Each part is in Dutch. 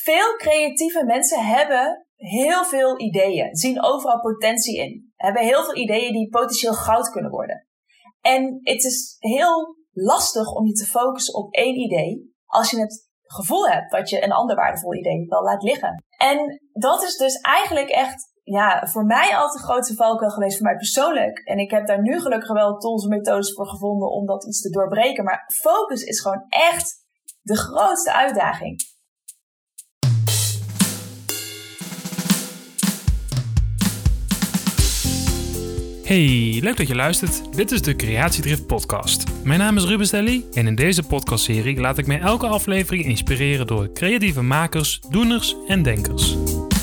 Veel creatieve mensen hebben heel veel ideeën. Zien overal potentie in. Hebben heel veel ideeën die potentieel goud kunnen worden. En het is heel lastig om je te focussen op één idee. Als je het gevoel hebt dat je een ander waardevol idee wel laat liggen. En dat is dus eigenlijk echt voor mij altijd een grootste valkuil geweest, voor mij persoonlijk. En ik heb daar nu gelukkig wel tools en methodes voor gevonden om dat iets te doorbreken. Maar focus is gewoon echt de grootste uitdaging. Hey, leuk dat je luistert. Dit is de Creatiedrift podcast. Mijn naam is Ruben Stelly en in deze podcastserie laat ik mij elke aflevering inspireren door creatieve makers, doeners en denkers.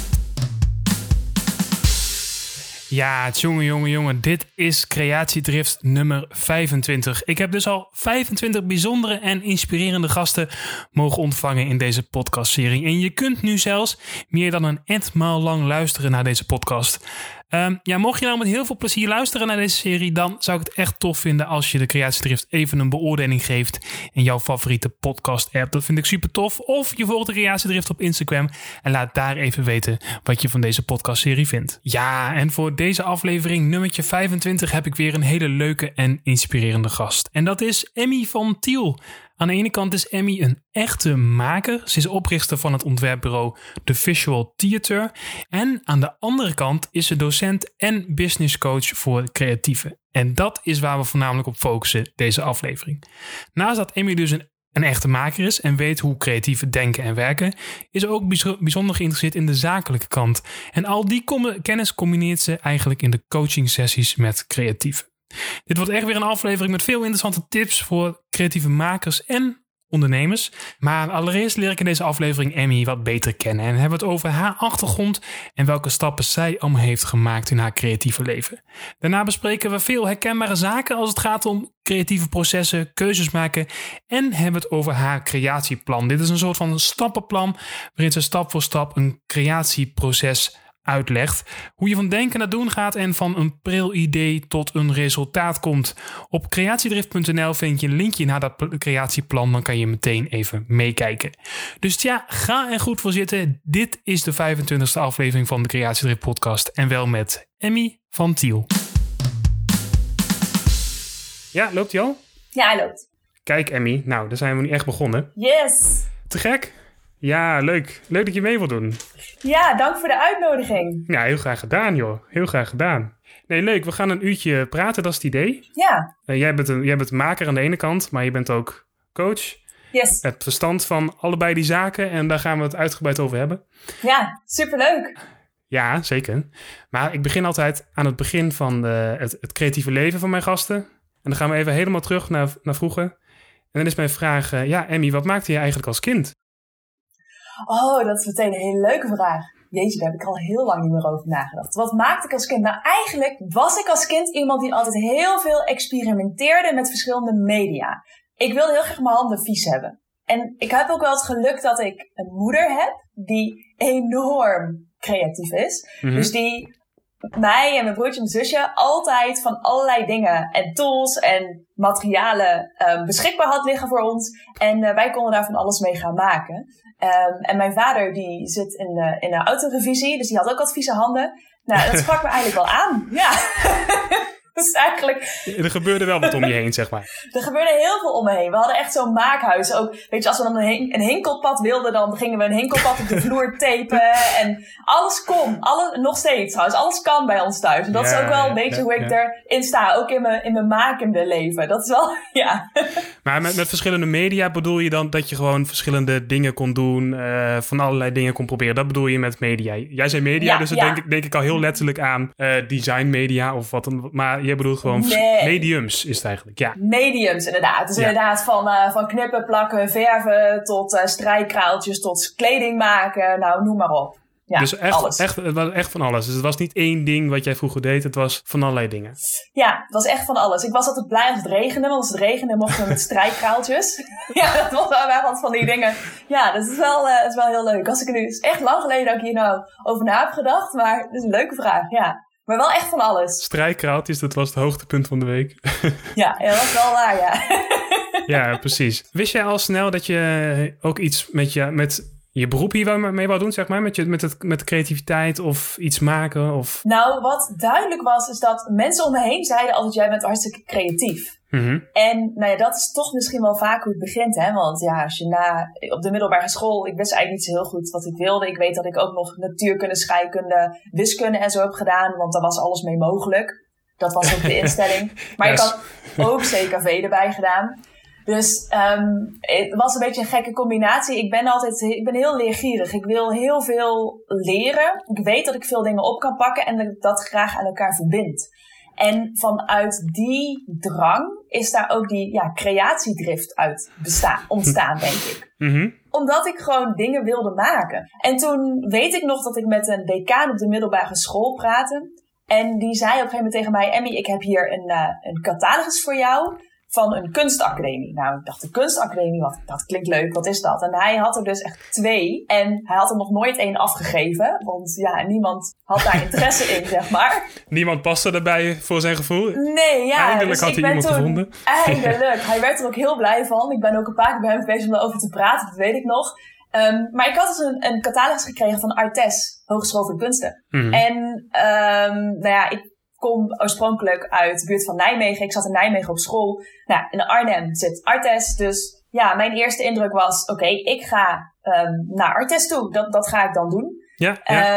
Ja, jongen, dit is Creatiedrift nummer 25. Ik heb dus al 25 bijzondere en inspirerende gasten mogen ontvangen in deze podcastserie. En je kunt nu zelfs meer dan een etmaal lang luisteren naar deze podcast. Mocht je nou met heel veel plezier luisteren naar deze serie, dan zou ik het echt tof vinden als je de Creatiedrift even een beoordeling geeft in jouw favoriete podcast app. Dat vind ik super tof. Of je volgt de Creatiedrift op Instagram en laat daar even weten wat je van deze podcastserie vindt. Ja, en voor deze aflevering nummertje 25 heb ik weer een hele leuke en inspirerende gast. En dat is Emmy van Tiel. Aan de ene kant is Emmy een echte maker. Ze is oprichter van het ontwerpbureau The Visual Theater. En aan de andere kant is ze docent en business coach voor creatieven. En dat is waar we voornamelijk op focussen deze aflevering. Naast dat Emmy dus een echte maker is en weet hoe creatieven denken en werken, is ze ook bijzonder geïnteresseerd in de zakelijke kant. En al die kennis combineert ze eigenlijk in de coaching sessies met creatieven. Dit wordt echt weer een aflevering met veel interessante tips voor creatieve makers en ondernemers. Maar allereerst leer ik in deze aflevering Emmy wat beter kennen en hebben we het over haar achtergrond en welke stappen zij allemaal heeft gemaakt in haar creatieve leven. Daarna bespreken we veel herkenbare zaken als het gaat om creatieve processen, keuzes maken en hebben we het over haar creatieplan. Dit is een soort van stappenplan waarin ze stap voor stap een creatieproces uitlegt. Hoe je van denken naar doen gaat en van een pril idee tot een resultaat komt. Op creatiedrift.nl vind je een linkje naar dat creatieplan. Dan kan je meteen even meekijken. Dus ga er goed voor zitten. Dit is de 25e aflevering van de Creatiedrift podcast. En wel met Emmy van Tiel. Ja, loopt hij al? Ja, hij loopt. Kijk Emmy, nou, daar zijn we nu echt begonnen. Yes! Te gek? Ja, leuk. Leuk dat je mee wilt doen. Ja, dank voor de uitnodiging. Ja, heel graag gedaan, joh. Heel graag gedaan. Nee, leuk. We gaan een uurtje praten, dat is het idee. Ja. Jij bent maker aan de ene kant, maar je bent ook coach. Yes. Het verstand van allebei die zaken en daar gaan we het uitgebreid over hebben. Ja, superleuk. Ja, zeker. Maar ik begin altijd aan het begin van het creatieve leven van mijn gasten. En dan gaan we even helemaal terug naar vroeger. En dan is mijn vraag, Emmy, wat maakte je eigenlijk als kind? Oh, dat is meteen een hele leuke vraag. Jeetje, daar heb ik al heel lang niet meer over nagedacht. Wat maakte ik als kind? Nou, eigenlijk was ik als kind iemand die altijd heel veel experimenteerde met verschillende media. Ik wilde heel graag mijn handen vies hebben. En ik heb ook wel het geluk dat ik een moeder heb die enorm creatief is. Mm-hmm. Dus die mij en mijn broertje en mijn zusje altijd van allerlei dingen en tools en materialen beschikbaar had liggen voor ons. En wij konden daar van alles mee gaan maken. En mijn vader die zit in de autorevisie, dus die had ook wat vieze handen. Nou, dat sprak me eigenlijk wel aan. Ja. Dus eigenlijk... Er gebeurde wel wat om je heen, zeg maar. Er gebeurde heel veel om me heen. We hadden echt zo'n maakhuis. Ook, weet je, als we dan een hinkelpad wilden, dan gingen we een hinkelpad op de vloer tapen. En alles kon. Nog steeds trouwens. Alles kan bij ons thuis. En dat is ook wel een beetje hoe ik erin sta. Ook in mijn makende leven. Dat is wel, Maar met verschillende media bedoel je dan dat je gewoon verschillende dingen kon doen. Van allerlei dingen kon proberen. Dat bedoel je met media. Jij zei media, dus dan denk ik al heel letterlijk aan design media of wat dan. Maar jij bedoelt gewoon mediums is het eigenlijk, ja. Mediums, inderdaad. Het is inderdaad van knippen, plakken, verven tot strijkkraaltjes, tot kleding maken. Nou, noem maar op. Ja, dus echt van alles. Dus het was niet één ding wat jij vroeger deed. Het was van allerlei dingen. Ja, het was echt van alles. Ik was altijd blij als het regende. Want als het regende mochten we met strijkkraaltjes. Ja, dat waren altijd van die dingen. Ja, dat is wel heel leuk. Het is echt lang geleden dat ik hier nou over na heb gedacht. Maar het is een leuke vraag, ja. Maar wel echt van alles. Strijkkraaltjes, dat was het hoogtepunt van de week. Ja, dat was wel waar, ja. Ja, precies. Wist jij al snel dat je ook iets met je beroep hier mee wou doen, zeg maar? Met de creativiteit of iets maken? Of... Nou, wat duidelijk was, is dat mensen om me heen zeiden altijd, jij bent hartstikke creatief. Mm-hmm. En nou ja, dat is toch misschien wel vaak hoe het begint, hè? Want ja, als je op de middelbare school, ik wist eigenlijk niet zo heel goed wat ik wilde. Ik weet dat ik ook nog natuurkunde, scheikunde, wiskunde en zo heb gedaan, want daar was alles mee mogelijk. Dat was ook de instelling. Maar yes. Ik had ook CKV erbij gedaan. Dus het was een beetje een gekke combinatie. Ik ben heel leergierig. Ik wil heel veel leren. Ik weet dat ik veel dingen op kan pakken en dat ik dat graag aan elkaar verbind. En vanuit die drang is daar ook die creatiedrift uit ontstaan, denk ik. Mm-hmm. Omdat ik gewoon dingen wilde maken. En toen weet ik nog dat ik met een decaan op de middelbare school praatte. En die zei op een gegeven moment tegen mij, Emmy, ik heb hier een catalogus voor jou van een kunstacademie. Nou, ik dacht, de kunstacademie, dat klinkt leuk, wat is dat? En hij had er dus echt 2 en hij had er nog nooit 1 afgegeven. Want ja, niemand had daar interesse in, zeg maar. Niemand paste erbij voor zijn gevoel? Nee, ja. Eindelijk dus had hij iemand gevonden. Eindelijk. Hij werd er ook heel blij van. Ik ben ook een paar keer bij hem geweest om erover te praten, dat weet ik nog. Maar ik had dus een catalogus gekregen van Artes, Hogeschool voor de Kunsten. Mm-hmm. En ik kom oorspronkelijk uit de buurt van Nijmegen. Ik zat in Nijmegen op school. Nou, in Arnhem zit Artes. Dus ja, mijn eerste indruk was, oké, ik ga naar Artes toe. Dat ga ik dan doen. Ja.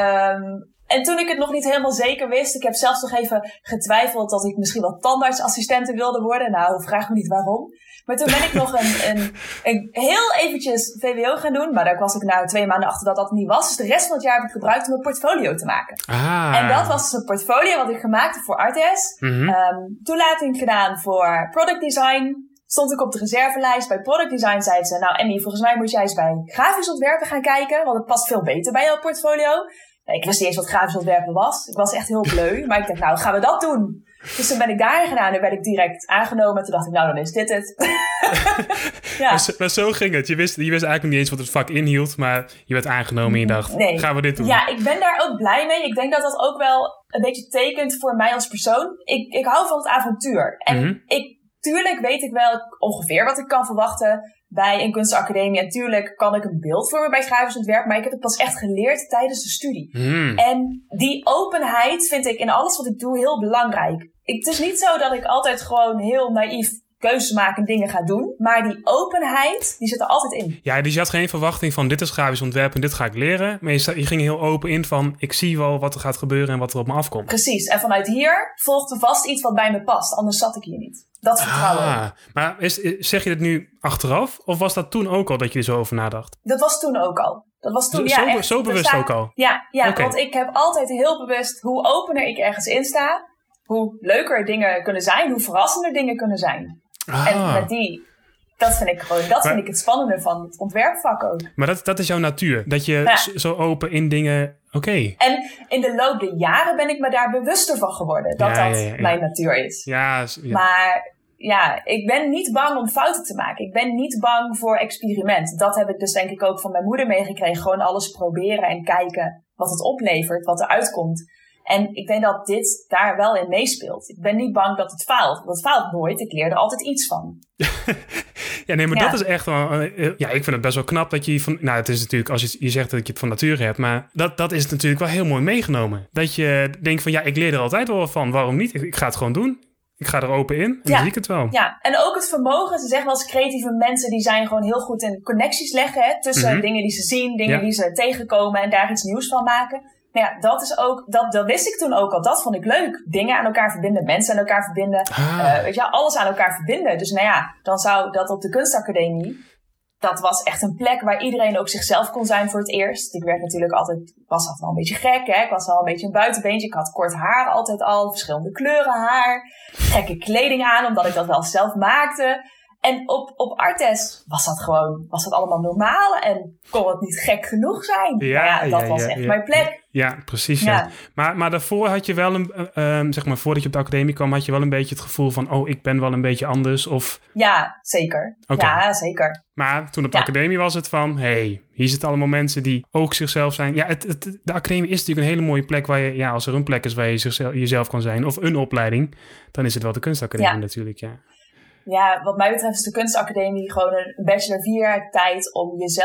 En toen ik het nog niet helemaal zeker wist, ik heb zelfs nog even getwijfeld dat ik misschien wel tandartsassistente wilde worden. Nou, vraag me niet waarom. Maar toen ben ik nog een heel eventjes VWO gaan doen. Maar daar was ik na 2 maanden achter dat niet was. Dus de rest van het jaar heb ik gebruikt om een portfolio te maken. Ah. En dat was een portfolio wat ik gemaakt heb voor Artes. Mm-hmm. Toelating gedaan voor product design. Stond ik op de reservelijst. Bij product design zeiden ze, nou Emmy, volgens mij moet jij eens bij grafisch ontwerpen gaan kijken. Want het past veel beter bij jouw portfolio. Ik wist niet eens wat grafisch ontwerpen was. Ik was echt heel bleu. Maar ik dacht, nou gaan we dat doen. Dus toen ben ik daarin gedaan en werd ik direct aangenomen. Toen dacht ik, nou dan is dit het. Ja. Maar zo ging het. Je wist eigenlijk niet eens wat het vak inhield. Maar je werd aangenomen en je dacht, gaan we dit doen? Ja, ik ben daar ook blij mee. Ik denk dat dat ook wel een beetje tekent voor mij als persoon. Ik hou van het avontuur. En tuurlijk weet ik wel ongeveer wat ik kan verwachten bij een kunstacademie. En tuurlijk kan ik een beeld vormen bij grafisch ontwerp. Maar ik heb het pas echt geleerd tijdens de studie. En die openheid vind ik in alles wat ik doe heel belangrijk. Het is niet zo dat ik altijd gewoon heel naïef keuzes maken en dingen ga doen. Maar die openheid, die zit er altijd in. Ja, dus je had geen verwachting van dit is grafisch ontwerp en dit ga ik leren. Maar je ging heel open in van ik zie wel wat er gaat gebeuren en wat er op me afkomt. Precies. En vanuit hier volgt er vast iets wat bij me past. Anders zat ik hier niet. Dat vertrouwen. Maar zeg je dit nu achteraf? Of was dat toen ook al dat je er zo over nadacht? Dat was toen ook al. Dat was toen, zo bewust ook al? Ja, okay. Want ik heb altijd heel bewust hoe opener ik ergens in sta, hoe leuker dingen kunnen zijn, hoe verrassender dingen kunnen zijn. En met dat vind ik het spannende van het ontwerpvak ook. Maar dat is jouw natuur, dat je zo open in dingen, En in de loop der jaren ben ik me daar bewuster van geworden, dat mijn natuur is. Ja. Maar ja, ik ben niet bang om fouten te maken. Ik ben niet bang voor experiment. Dat heb ik dus denk ik ook van mijn moeder meegekregen. Gewoon alles proberen en kijken wat het oplevert, wat eruit komt. En ik denk dat dit daar wel in meespeelt. Ik ben niet bang dat het faalt. Want het faalt nooit. Ik leer er altijd iets van. Dat is echt wel... ik vind het best wel knap dat je van... Nou, het is natuurlijk als je zegt dat je het van nature hebt. Maar dat is natuurlijk wel heel mooi meegenomen. Dat je denkt van ik leer er altijd wel van. Waarom niet? Ik ga het gewoon doen. Ik ga er open in en dan zie ik het wel. Ja, en ook het vermogen. Ze zeggen wel eens creatieve mensen die zijn gewoon heel goed in connecties leggen. Tussen dingen die ze zien, dingen die ze tegenkomen en daar iets nieuws van maken. Nou ja, dat is ook, dat wist ik toen ook al. Dat vond ik leuk. Dingen aan elkaar verbinden, mensen aan elkaar verbinden. Alles aan elkaar verbinden. Dus dan zou dat op de kunstacademie... Dat was echt een plek waar iedereen ook zichzelf kon zijn voor het eerst. Ik werd natuurlijk was altijd wel een beetje gek. Hè? Ik was al een beetje een buitenbeentje. Ik had kort haar altijd al, verschillende kleuren haar. Gekke kleding aan, omdat ik dat wel zelf maakte. En op Artes was dat allemaal normaal en kon het niet gek genoeg zijn. Dat was echt mijn plek. Ja, precies. Ja. Maar daarvoor had je wel voordat je op de academie kwam, had je wel een beetje het gevoel van, ik ben wel een beetje anders, of... Ja, zeker. Okay. Ja, zeker. Maar toen op de academie was het van, hier zitten allemaal mensen die ook zichzelf zijn. Ja, de academie is natuurlijk een hele mooie plek waar je, als er een plek is waar je jezelf kan zijn, of een opleiding, dan is het wel de kunstacademie natuurlijk, Ja, wat mij betreft is de kunstacademie gewoon een bachelor 4 jaar tijd om jezelf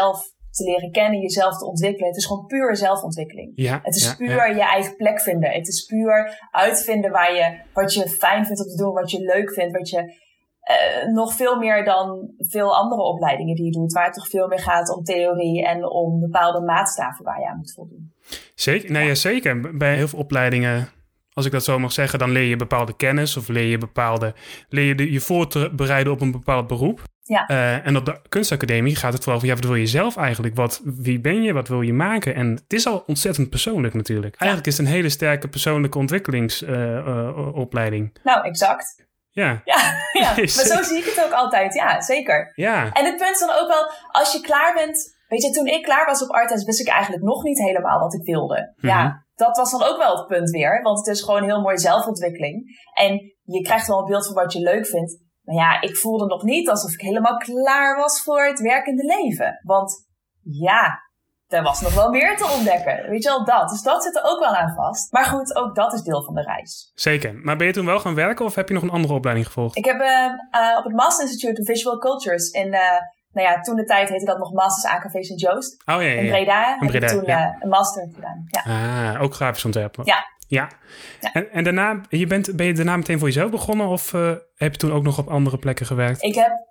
te leren kennen, jezelf te ontwikkelen. Het is gewoon puur zelfontwikkeling. Ja, het is puur je eigen plek vinden. Het is puur uitvinden wat je fijn vindt om te doen, wat je leuk vindt, wat je nog veel meer dan veel andere opleidingen die je doet, waar het toch veel meer gaat om theorie en om bepaalde maatstaven waar je aan moet voldoen. Zeker, nee, ja, zeker. Bij heel veel opleidingen, als ik dat zo mag zeggen, dan leer je bepaalde kennis of leer je je voor te bereiden op een bepaald beroep. Ja. En op de kunstacademie gaat het vooral van, wat wil je zelf eigenlijk? Wie ben je? Wat wil je maken? En het is al ontzettend persoonlijk natuurlijk. Eigenlijk is het een hele sterke persoonlijke ontwikkelingsopleiding. Nou, exact. Ja. Maar zo zie ik het ook altijd. Ja, zeker. Ja. En het punt is dan ook wel, als je klaar bent. Weet je, toen ik klaar was op Artes, wist ik eigenlijk nog niet helemaal wat ik wilde. Mm-hmm. Ja, dat was dan ook wel het punt weer. Want het is gewoon heel mooi zelfontwikkeling. En je krijgt wel een beeld van wat je leuk vindt. Maar ja, ik voelde nog niet alsof ik helemaal klaar was voor het werkende leven. Want ja, er was nog wel meer te ontdekken. Weet je wel, dat. Dus dat zit er ook wel aan vast. Maar goed, ook dat is deel van de reis. Zeker. Maar ben je toen wel gaan werken of heb je nog een andere opleiding gevolgd? Ik heb op het Master Institute of Visual Cultures in... toen de tijd heette dat nog Masters AKV St. Joost. Oh, ja. In Breda. Heb ik toen een master gedaan. Ja. Ook grafisch ontwerpen. Ja. En daarna, ben je daarna meteen voor jezelf begonnen of heb je toen ook nog op andere plekken gewerkt? Ik heb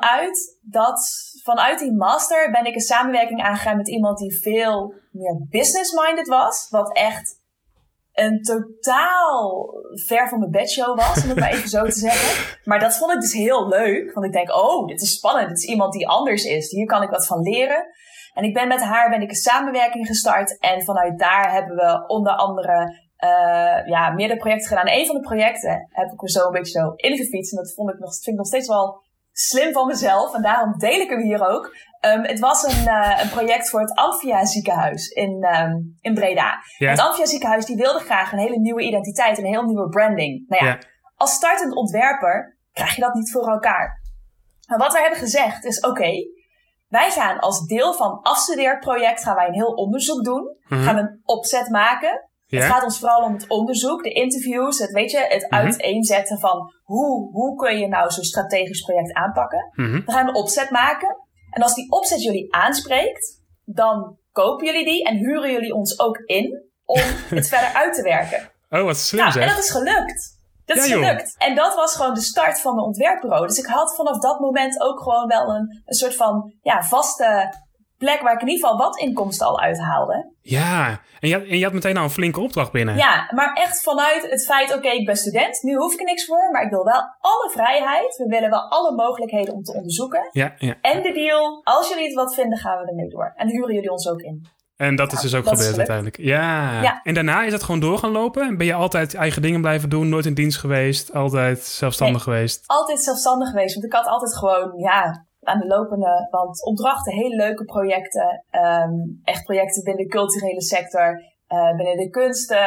vanuit die master ben ik een samenwerking aangegaan met iemand die veel meer business-minded was. Wat echt een totaal ver van mijn bedshow was, om het maar even zo te zeggen. Maar dat vond ik dus heel leuk. Want ik denk, dit is spannend. Dit is iemand die anders is. Hier kan ik wat van leren. En ik ben met haar een samenwerking gestart. En vanuit daar hebben we onder andere meerdere projecten gedaan. En een van de projecten heb ik me zo een beetje zo ingefietst. En dat vind ik nog steeds wel slim van mezelf. En daarom deel ik hem hier ook. Het was een project voor het Amphia ziekenhuis in Breda. Ja. Het Amphia ziekenhuis die wilde graag een hele nieuwe identiteit. En een heel nieuwe branding. Nou ja, als startend ontwerper krijg je dat niet voor elkaar. Maar wat wij hebben gezegd is, wij gaan als deel van afstudeerproject gaan wij een heel onderzoek doen. Mm-hmm. Gaan we een opzet maken. Yeah. Het gaat ons vooral om het onderzoek, de interviews, het uiteenzetten van hoe kun je nou zo'n strategisch project aanpakken. Mm-hmm. We gaan een opzet maken. En als die opzet jullie aanspreekt, dan kopen jullie die en huren jullie ons ook in om het verder uit te werken. Oh, wat slim zeg. En dat is gelukt. Dat is gelukt. En dat was gewoon de start van mijn ontwerpbureau. Dus ik had vanaf dat moment ook gewoon wel een soort van vaste plek waar ik in ieder geval wat inkomsten al uithaalde. Ja, en je had meteen al een flinke opdracht binnen. Ja, maar echt vanuit het feit, ik ben student, nu hoef ik er niks voor, maar ik wil wel alle vrijheid. We willen wel alle mogelijkheden om te onderzoeken. Ja. En de deal, als jullie het wat vinden, gaan we ermee door. En huren jullie ons ook in. En dat is dus ook gebeurd uiteindelijk. Ja. En daarna is dat gewoon door gaan lopen? Ben je altijd eigen dingen blijven doen? Nooit in dienst geweest? Altijd zelfstandig geweest? Altijd zelfstandig geweest. Want ik had altijd gewoon, aan de lopende band opdrachten. Hele leuke projecten. Echt projecten binnen de culturele sector. Binnen de kunsten.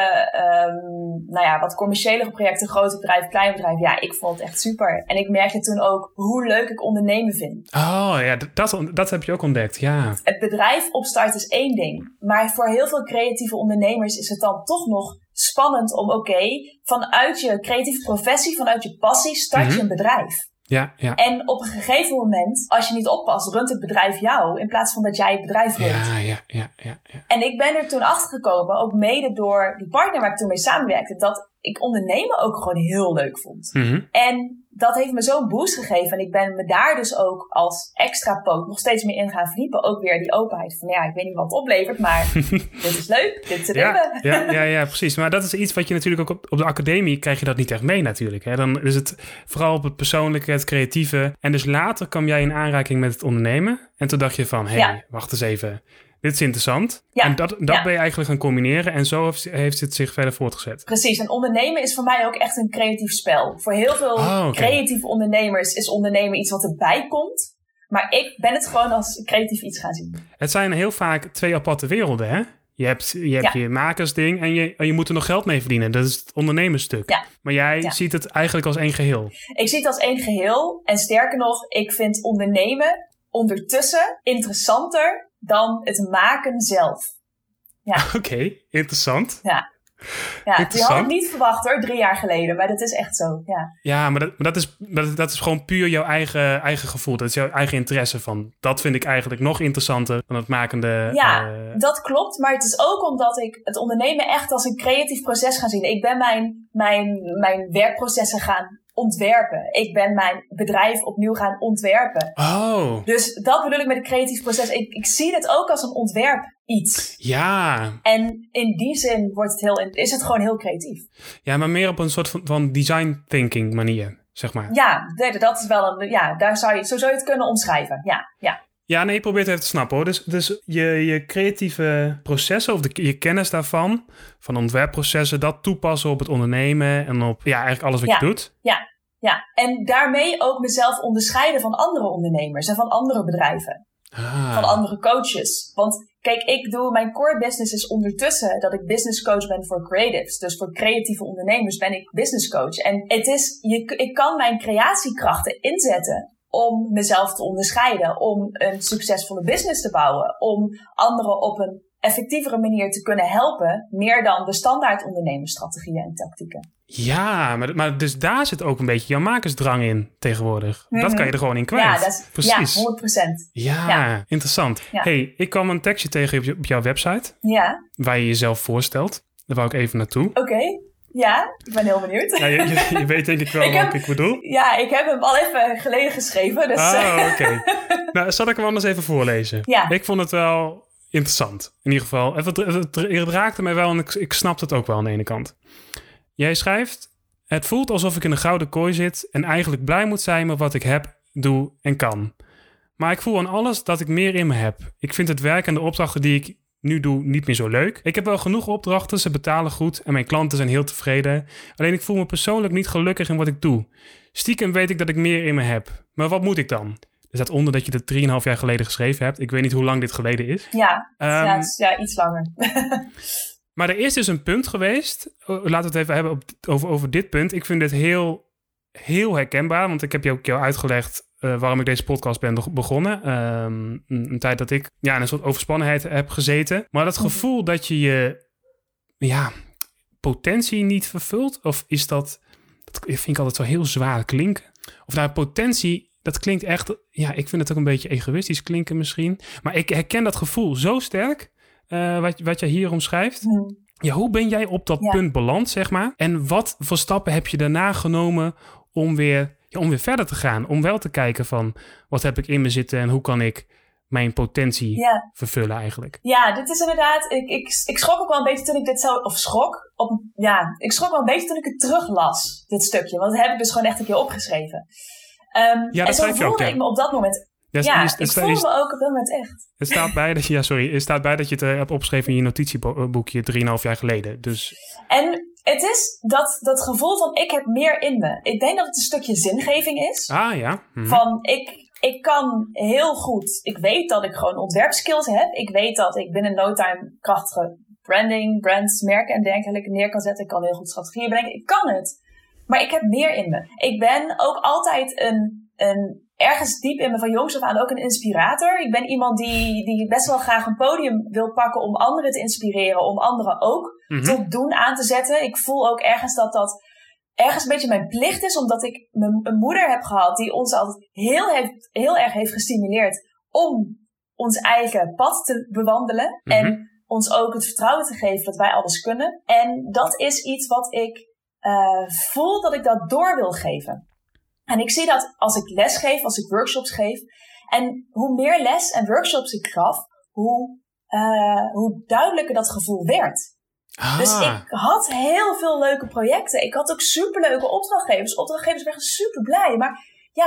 Wat commerciële projecten. Grote bedrijf, klein bedrijf. Ja, ik vond het echt super. En ik merkte toen ook hoe leuk ik ondernemen vind. Oh ja, dat heb je ook ontdekt, ja. Het bedrijf opstarten is één ding. Maar voor heel veel creatieve ondernemers is het dan toch nog spannend om vanuit je creatieve professie, vanuit je passie, start je een bedrijf. Ja. En op een gegeven moment, als je niet oppast, runt het bedrijf jou in plaats van dat jij het bedrijf runt. Ja. En ik ben er toen achter gekomen, ook mede door die partner waar ik toen mee samenwerkte, dat ik ondernemen ook gewoon heel leuk vond. Mm-hmm. En dat heeft me zo'n boost gegeven. En ik ben me daar dus ook als extra poot nog steeds meer in gaan verdiepen. Ook weer die openheid van, ik weet niet wat het oplevert, maar dit is leuk, dit zit in me. Ja, precies. Maar dat is iets wat je natuurlijk ook op de academie krijg je dat niet echt mee natuurlijk. Hè? Dan is het vooral op het persoonlijke, het creatieve. En dus later kwam jij in aanraking met het ondernemen. En toen dacht je van, wacht eens even. Dit is interessant. Ja, en dat ben je eigenlijk gaan combineren. En zo heeft het zich verder voortgezet. Precies. En ondernemen is voor mij ook echt een creatief spel. Voor heel veel creatieve ondernemers is ondernemen iets wat erbij komt. Maar ik ben het gewoon als creatief iets gaan zien. Het zijn heel vaak twee aparte werelden, hè? Je hebt je makersding en je moet er nog geld mee verdienen. Dat is het ondernemersstuk. Ja. Maar jij ziet het eigenlijk als één geheel. Ik zie het als één geheel. En sterker nog, ik vind ondernemen ondertussen interessanter dan het maken zelf. Ja. Oké, interessant. Ja. Ja, die had ik niet verwacht hoor, 3 jaar geleden. Maar dat is echt zo, ja. Ja, maar dat is gewoon puur jouw eigen gevoel. Dat is jouw eigen interesse van. Dat vind ik eigenlijk nog interessanter dan het makende... Ja, dat klopt. Maar het is ook omdat ik het ondernemen echt als een creatief proces ga zien. Ik ben mijn werkprocessen gaan ontwerpen. Ik ben mijn bedrijf opnieuw gaan ontwerpen. Oh. Dus dat bedoel ik met een creatief proces. Ik zie het ook als een ontwerp iets. Ja. En in die zin is het gewoon heel creatief. Ja, maar meer op een soort van design thinking manier, zeg maar. Ja, dat is wel zo zou je het kunnen omschrijven. Ja. Ja, nee, je probeert het even te snappen hoor. Dus je creatieve processen of je kennis daarvan, van ontwerpprocessen, dat toepassen op het ondernemen en op eigenlijk alles wat je doet. Ja, en daarmee ook mezelf onderscheiden van andere ondernemers en van andere bedrijven. Van andere coaches. Want kijk, mijn core business is ondertussen dat ik business coach ben voor creatives. Dus voor creatieve ondernemers ben ik business coach. En ik kan mijn creatiekrachten inzetten om mezelf te onderscheiden, om een succesvolle business te bouwen, om anderen op een effectievere manier te kunnen helpen, meer dan de standaard ondernemersstrategieën en tactieken. Ja, maar dus daar zit ook een beetje jouw makersdrang in tegenwoordig. Dat kan je er gewoon in kwijt. Ja, precies. 100%. Ja, interessant. Ja. Hey, ik kwam een tekstje tegen op jouw website. Ja. Waar je jezelf voorstelt. Daar wou ik even naartoe. Oké. Ja, ik ben heel benieuwd. Ja, je weet denk ik wel wat ik bedoel. Ja, ik heb hem al even geleden geschreven. Dus. Oké. Nou, zal ik hem anders even voorlezen? Ja. Ik vond het wel interessant. In ieder geval, het raakte mij wel en ik snapte het ook wel aan de ene kant. Jij schrijft: het voelt alsof ik in een gouden kooi zit en eigenlijk blij moet zijn met wat ik heb, doe en kan. Maar ik voel aan alles dat ik meer in me heb. Ik vind het werk en de opdrachten die ik nu doe niet meer zo leuk. Ik heb wel genoeg opdrachten, ze betalen goed en mijn klanten zijn heel tevreden. Alleen ik voel me persoonlijk niet gelukkig in wat ik doe. Stiekem weet ik dat ik meer in me heb. Maar wat moet ik dan? Er staat onder dat je dat 3,5 jaar geleden geschreven hebt. Ik weet niet hoe lang dit geleden is. Ja, iets langer. Maar er is dus een punt geweest. Laten we het even hebben over dit punt. Ik vind dit heel, heel herkenbaar. Want ik heb jou uitgelegd waarom ik deze podcast ben begonnen. Een tijd dat ik in een soort overspannenheid heb gezeten. Maar dat gevoel dat je potentie niet vervult. Of is dat vind ik altijd zo heel zwaar klinken. Of potentie, dat klinkt echt... Ja, ik vind het ook een beetje egoïstisch klinken misschien. Maar ik herken dat gevoel zo sterk. Wat jij hier omschrijft. Ja, hoe ben jij op dat punt beland, zeg maar? En wat voor stappen heb je daarna genomen om weer verder te gaan? Om wel te kijken van, wat heb ik in me zitten en hoe kan ik mijn potentie vervullen eigenlijk? Ja, dit is inderdaad... Ik schrok ook wel een beetje toen ik dit zo... Of schrok? Ik schrok wel een beetje toen ik het teruglas, dit stukje. Want dat heb ik dus gewoon echt een keer opgeschreven. Dat en zo schrijf je ook, voelde ik me op dat moment... ik voelde me ook op dat moment echt. Het staat bij dat je het hebt opgeschreven in je notitieboekje 3,5 jaar geleden. Dus... En het is dat gevoel van ik heb meer in me. Ik denk dat het een stukje zingeving is. Ah ja. Van ik kan heel goed. Ik weet dat ik gewoon ontwerpskills heb. Ik weet dat ik binnen no time krachtige branding, brands, merken en dergelijke neer kan zetten. Ik kan heel goed strategieën bedenken. Ik kan het. Maar ik heb meer in me. Ik ben ook altijd een ergens diep in me van jongs af aan ook een inspirator. Ik ben iemand die best wel graag een podium wil pakken om anderen te inspireren. Om anderen ook tot doen aan te zetten. Ik voel ook ergens dat ergens een beetje mijn plicht is. Omdat ik een moeder heb gehad die ons altijd heel erg heeft gestimuleerd om ons eigen pad te bewandelen. En ons ook het vertrouwen te geven dat wij alles kunnen. En dat is iets wat ik voel dat ik dat door wil geven. En ik zie dat als ik les geef, als ik workshops geef. En hoe meer les en workshops ik gaf, hoe duidelijker dat gevoel werd. Dus ik had heel veel leuke projecten. Ik had ook superleuke opdrachtgevers. Opdrachtgevers werden super blij. Maar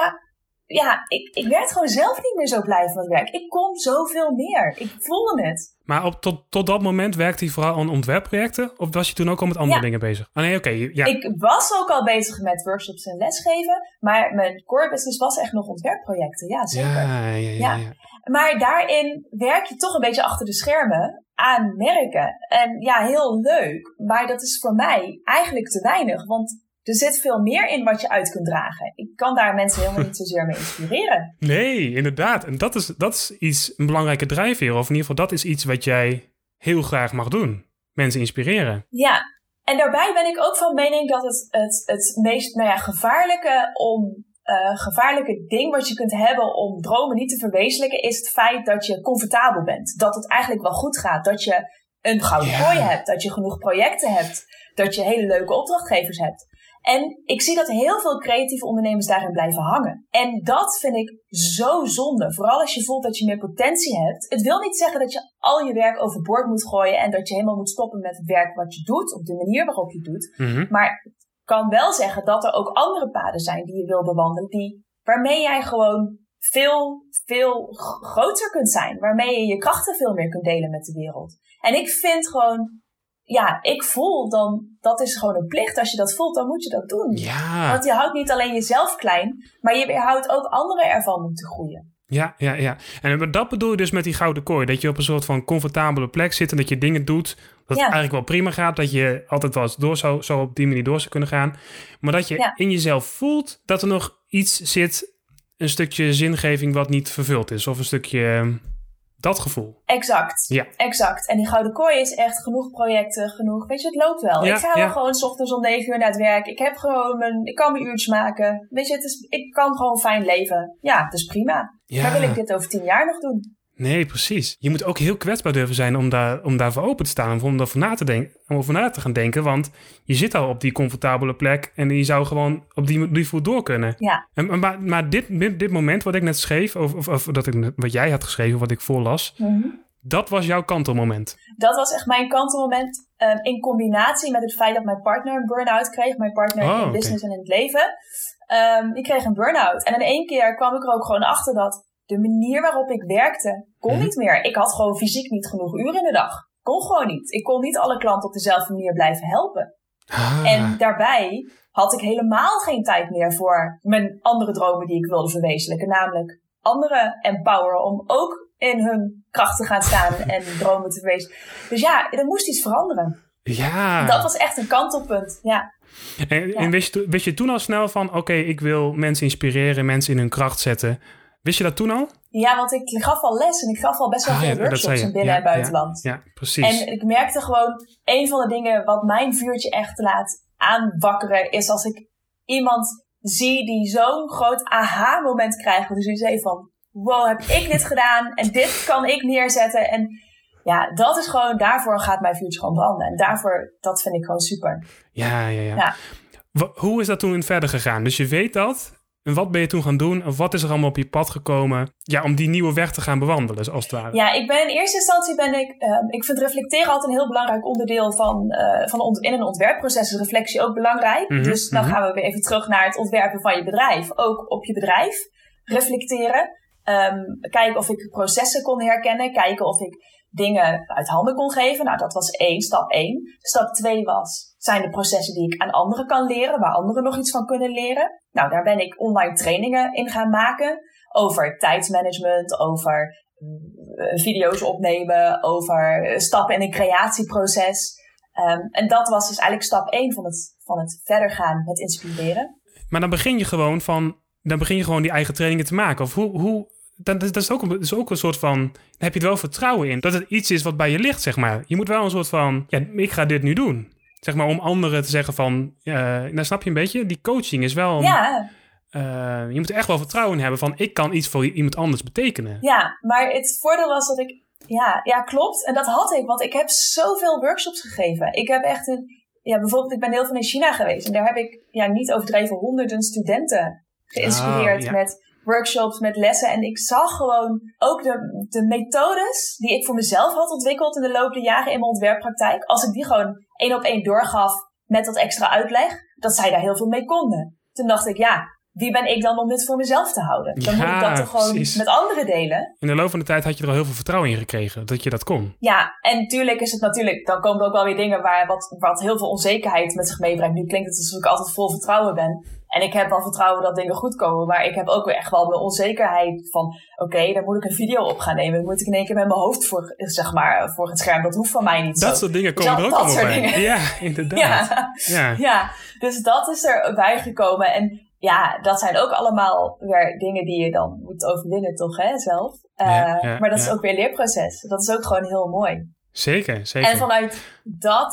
ik werd gewoon zelf niet meer zo blij van het werk. Ik kon zoveel meer. Ik voelde het. Maar tot dat moment werkte je vooral aan ontwerpprojecten? Of was je toen ook al met andere dingen bezig? Ah, nee, oké. Ik was ook al bezig met workshops en lesgeven. Maar mijn core business was echt nog ontwerpprojecten. Ja, zeker. Ja. Maar daarin werk je toch een beetje achter de schermen aan merken. En ja, heel leuk. Maar dat is voor mij eigenlijk te weinig. Want er zit veel meer in wat je uit kunt dragen. Ik kan daar mensen helemaal niet zozeer mee inspireren. Nee, inderdaad. En dat is een belangrijke drijfveer. Of in ieder geval, dat is iets wat jij heel graag mag doen. Mensen inspireren. En daarbij ben ik ook van mening dat het meest gevaarlijke ding wat je kunt hebben om dromen niet te verwezenlijken, is het feit dat je comfortabel bent. Dat het eigenlijk wel goed gaat. Dat je een gouden kooi hebt. Dat je genoeg projecten hebt. Dat je hele leuke opdrachtgevers hebt. En ik zie dat heel veel creatieve ondernemers daarin blijven hangen. En dat vind ik zo zonde. Vooral als je voelt dat je meer potentie hebt. Het wil niet zeggen dat je al je werk overboord moet gooien en dat je helemaal moet stoppen met het werk wat je doet, op de manier waarop je het doet. Mm-hmm. Maar het kan wel zeggen dat er ook andere paden zijn die je wil bewandelen, waarmee jij gewoon veel groter kunt zijn. Waarmee je je krachten veel meer kunt delen met de wereld. En ik vind gewoon, ik voel dan, dat is gewoon een plicht. Als je dat voelt, dan moet je dat doen. Ja. Want je houdt niet alleen jezelf klein, maar je weerhoudt ook anderen ervan om te groeien. Ja. En dat bedoel je dus met die gouden kooi. Dat je op een soort van comfortabele plek zit en dat je dingen doet dat het eigenlijk wel prima gaat. Dat je altijd wel eens door zou op die manier door zou kunnen gaan. Maar dat je in jezelf voelt dat er nog iets zit, een stukje zingeving wat niet vervuld is. Of een stukje dat gevoel. Exact. Ja. Exact. En die gouden kooi is echt genoeg projecten, genoeg. Weet je, het loopt wel. Ja, ik ga wel gewoon 's ochtends om 9 uur naar het werk. Ik kan mijn uurtjes maken. Weet je, ik kan gewoon fijn leven. Ja, het is prima. Ja. Maar wil ik dit over 10 jaar nog doen? Nee, precies. Je moet ook heel kwetsbaar durven zijn om daarvoor open te staan. Om over na te gaan denken. Want je zit al op die comfortabele plek. En je zou gewoon op die voet door kunnen. Ja. Maar dit moment wat ik net schreef. Of wat jij had geschreven, wat ik voorlas. Mm-hmm. Dat was jouw kantelmoment. Dat was echt mijn kantelmoment. In combinatie met het feit dat mijn partner een burn-out kreeg. Mijn partner in business en in het leven. Die kreeg een burn-out. En in 1 keer kwam ik er ook gewoon achter dat de manier waarop ik werkte kon niet meer. Ik had gewoon fysiek niet genoeg uren in de dag. Kon gewoon niet. Ik kon niet alle klanten op dezelfde manier blijven helpen. En daarbij had ik helemaal geen tijd meer voor mijn andere dromen die ik wilde verwezenlijken. Namelijk anderen empoweren om ook in hun kracht te gaan staan en dromen te verwezenlijken. Dus er moest iets veranderen. Ja. Dat was echt een kantelpunt, ja. En wist je toen al snel van, oké, ik wil mensen inspireren, mensen in hun kracht zetten. Wist je dat toen al? Ja, want ik gaf al les en ik gaf al best wel veel workshops in binnen- en buitenland. Ja, precies. En ik merkte gewoon, een van de dingen wat mijn vuurtje echt laat aanwakkeren, is als ik iemand zie die zo'n groot aha-moment krijgt. Dus die zei van, wow, heb ik dit gedaan en dit kan ik neerzetten. En ja, dat is gewoon, daarvoor gaat mijn vuurtje gewoon branden. En dat vind ik gewoon super. Ja. Hoe is dat toen verder gegaan? Dus je weet dat. En wat ben je toen gaan doen? Of wat is er allemaal op je pad gekomen? Ja, om die nieuwe weg te gaan bewandelen, als het ware. Ja, in eerste instantie ik vind reflecteren altijd een heel belangrijk onderdeel in een ontwerpproces. Is reflectie ook belangrijk. Mm-hmm, dus dan gaan we weer even terug naar het ontwerpen van je bedrijf. Ook op je bedrijf reflecteren. Kijken of ik processen kon herkennen. Kijken of ik dingen uit handen kon geven. Nou, dat was stap 1. Stap 2 zijn de processen die ik aan anderen kan leren, waar anderen nog iets van kunnen leren. Nou, daar ben ik online trainingen in gaan maken. Over tijdsmanagement, over video's opnemen, over stappen in een creatieproces. En dat was dus eigenlijk stap 1 van het verder gaan met inspireren. Maar dan begin je gewoon die eigen trainingen te maken. Of hoe dat is ook een soort van, dan heb je er wel vertrouwen in. Dat het iets is wat bij je ligt, zeg maar. Je moet wel een soort van, ik ga dit nu doen. Zeg maar om anderen te zeggen van, nou snap je een beetje? Die coaching is wel, je moet er echt wel vertrouwen in hebben van, ik kan iets voor iemand anders betekenen. Ja, maar het voordeel was dat ik, ja klopt. En dat had ik, want ik heb zoveel workshops gegeven. Ik heb echt bijvoorbeeld, ik ben heel veel in China geweest. En daar heb ik, niet overdreven, honderden studenten geïnspireerd met workshops, met lessen. En ik zag gewoon ook de methodes die ik voor mezelf had ontwikkeld in de loop der jaren in mijn ontwerppraktijk. Als ik die gewoon 1 op 1 doorgaf met wat extra uitleg, dat zij daar heel veel mee konden. Toen dacht ik, wie ben ik dan om dit voor mezelf te houden? Dan moet ik dat toch gewoon met anderen delen. In de loop van de tijd had je er al heel veel vertrouwen in gekregen, dat je dat kon. Ja, en tuurlijk is het natuurlijk, dan komen er ook wel weer dingen wat heel veel onzekerheid met zich meebrengt. Nu klinkt het alsof ik altijd vol vertrouwen ben. En ik heb wel vertrouwen dat dingen goed komen. Maar ik heb ook weer echt wel mijn onzekerheid van, oké, dan moet ik een video op gaan nemen. Dan moet ik in één keer met mijn hoofd voor het scherm. Dat hoeft van mij niet dat zo. Soort dingen komen er ook allemaal bij. Dingen. Ja, inderdaad. Ja, dus dat is erbij gekomen. En dat zijn ook allemaal weer dingen die je dan moet overwinnen, toch, hè, zelf. Maar dat is ook weer een leerproces. Dat is ook gewoon heel mooi. Zeker. En vanuit dat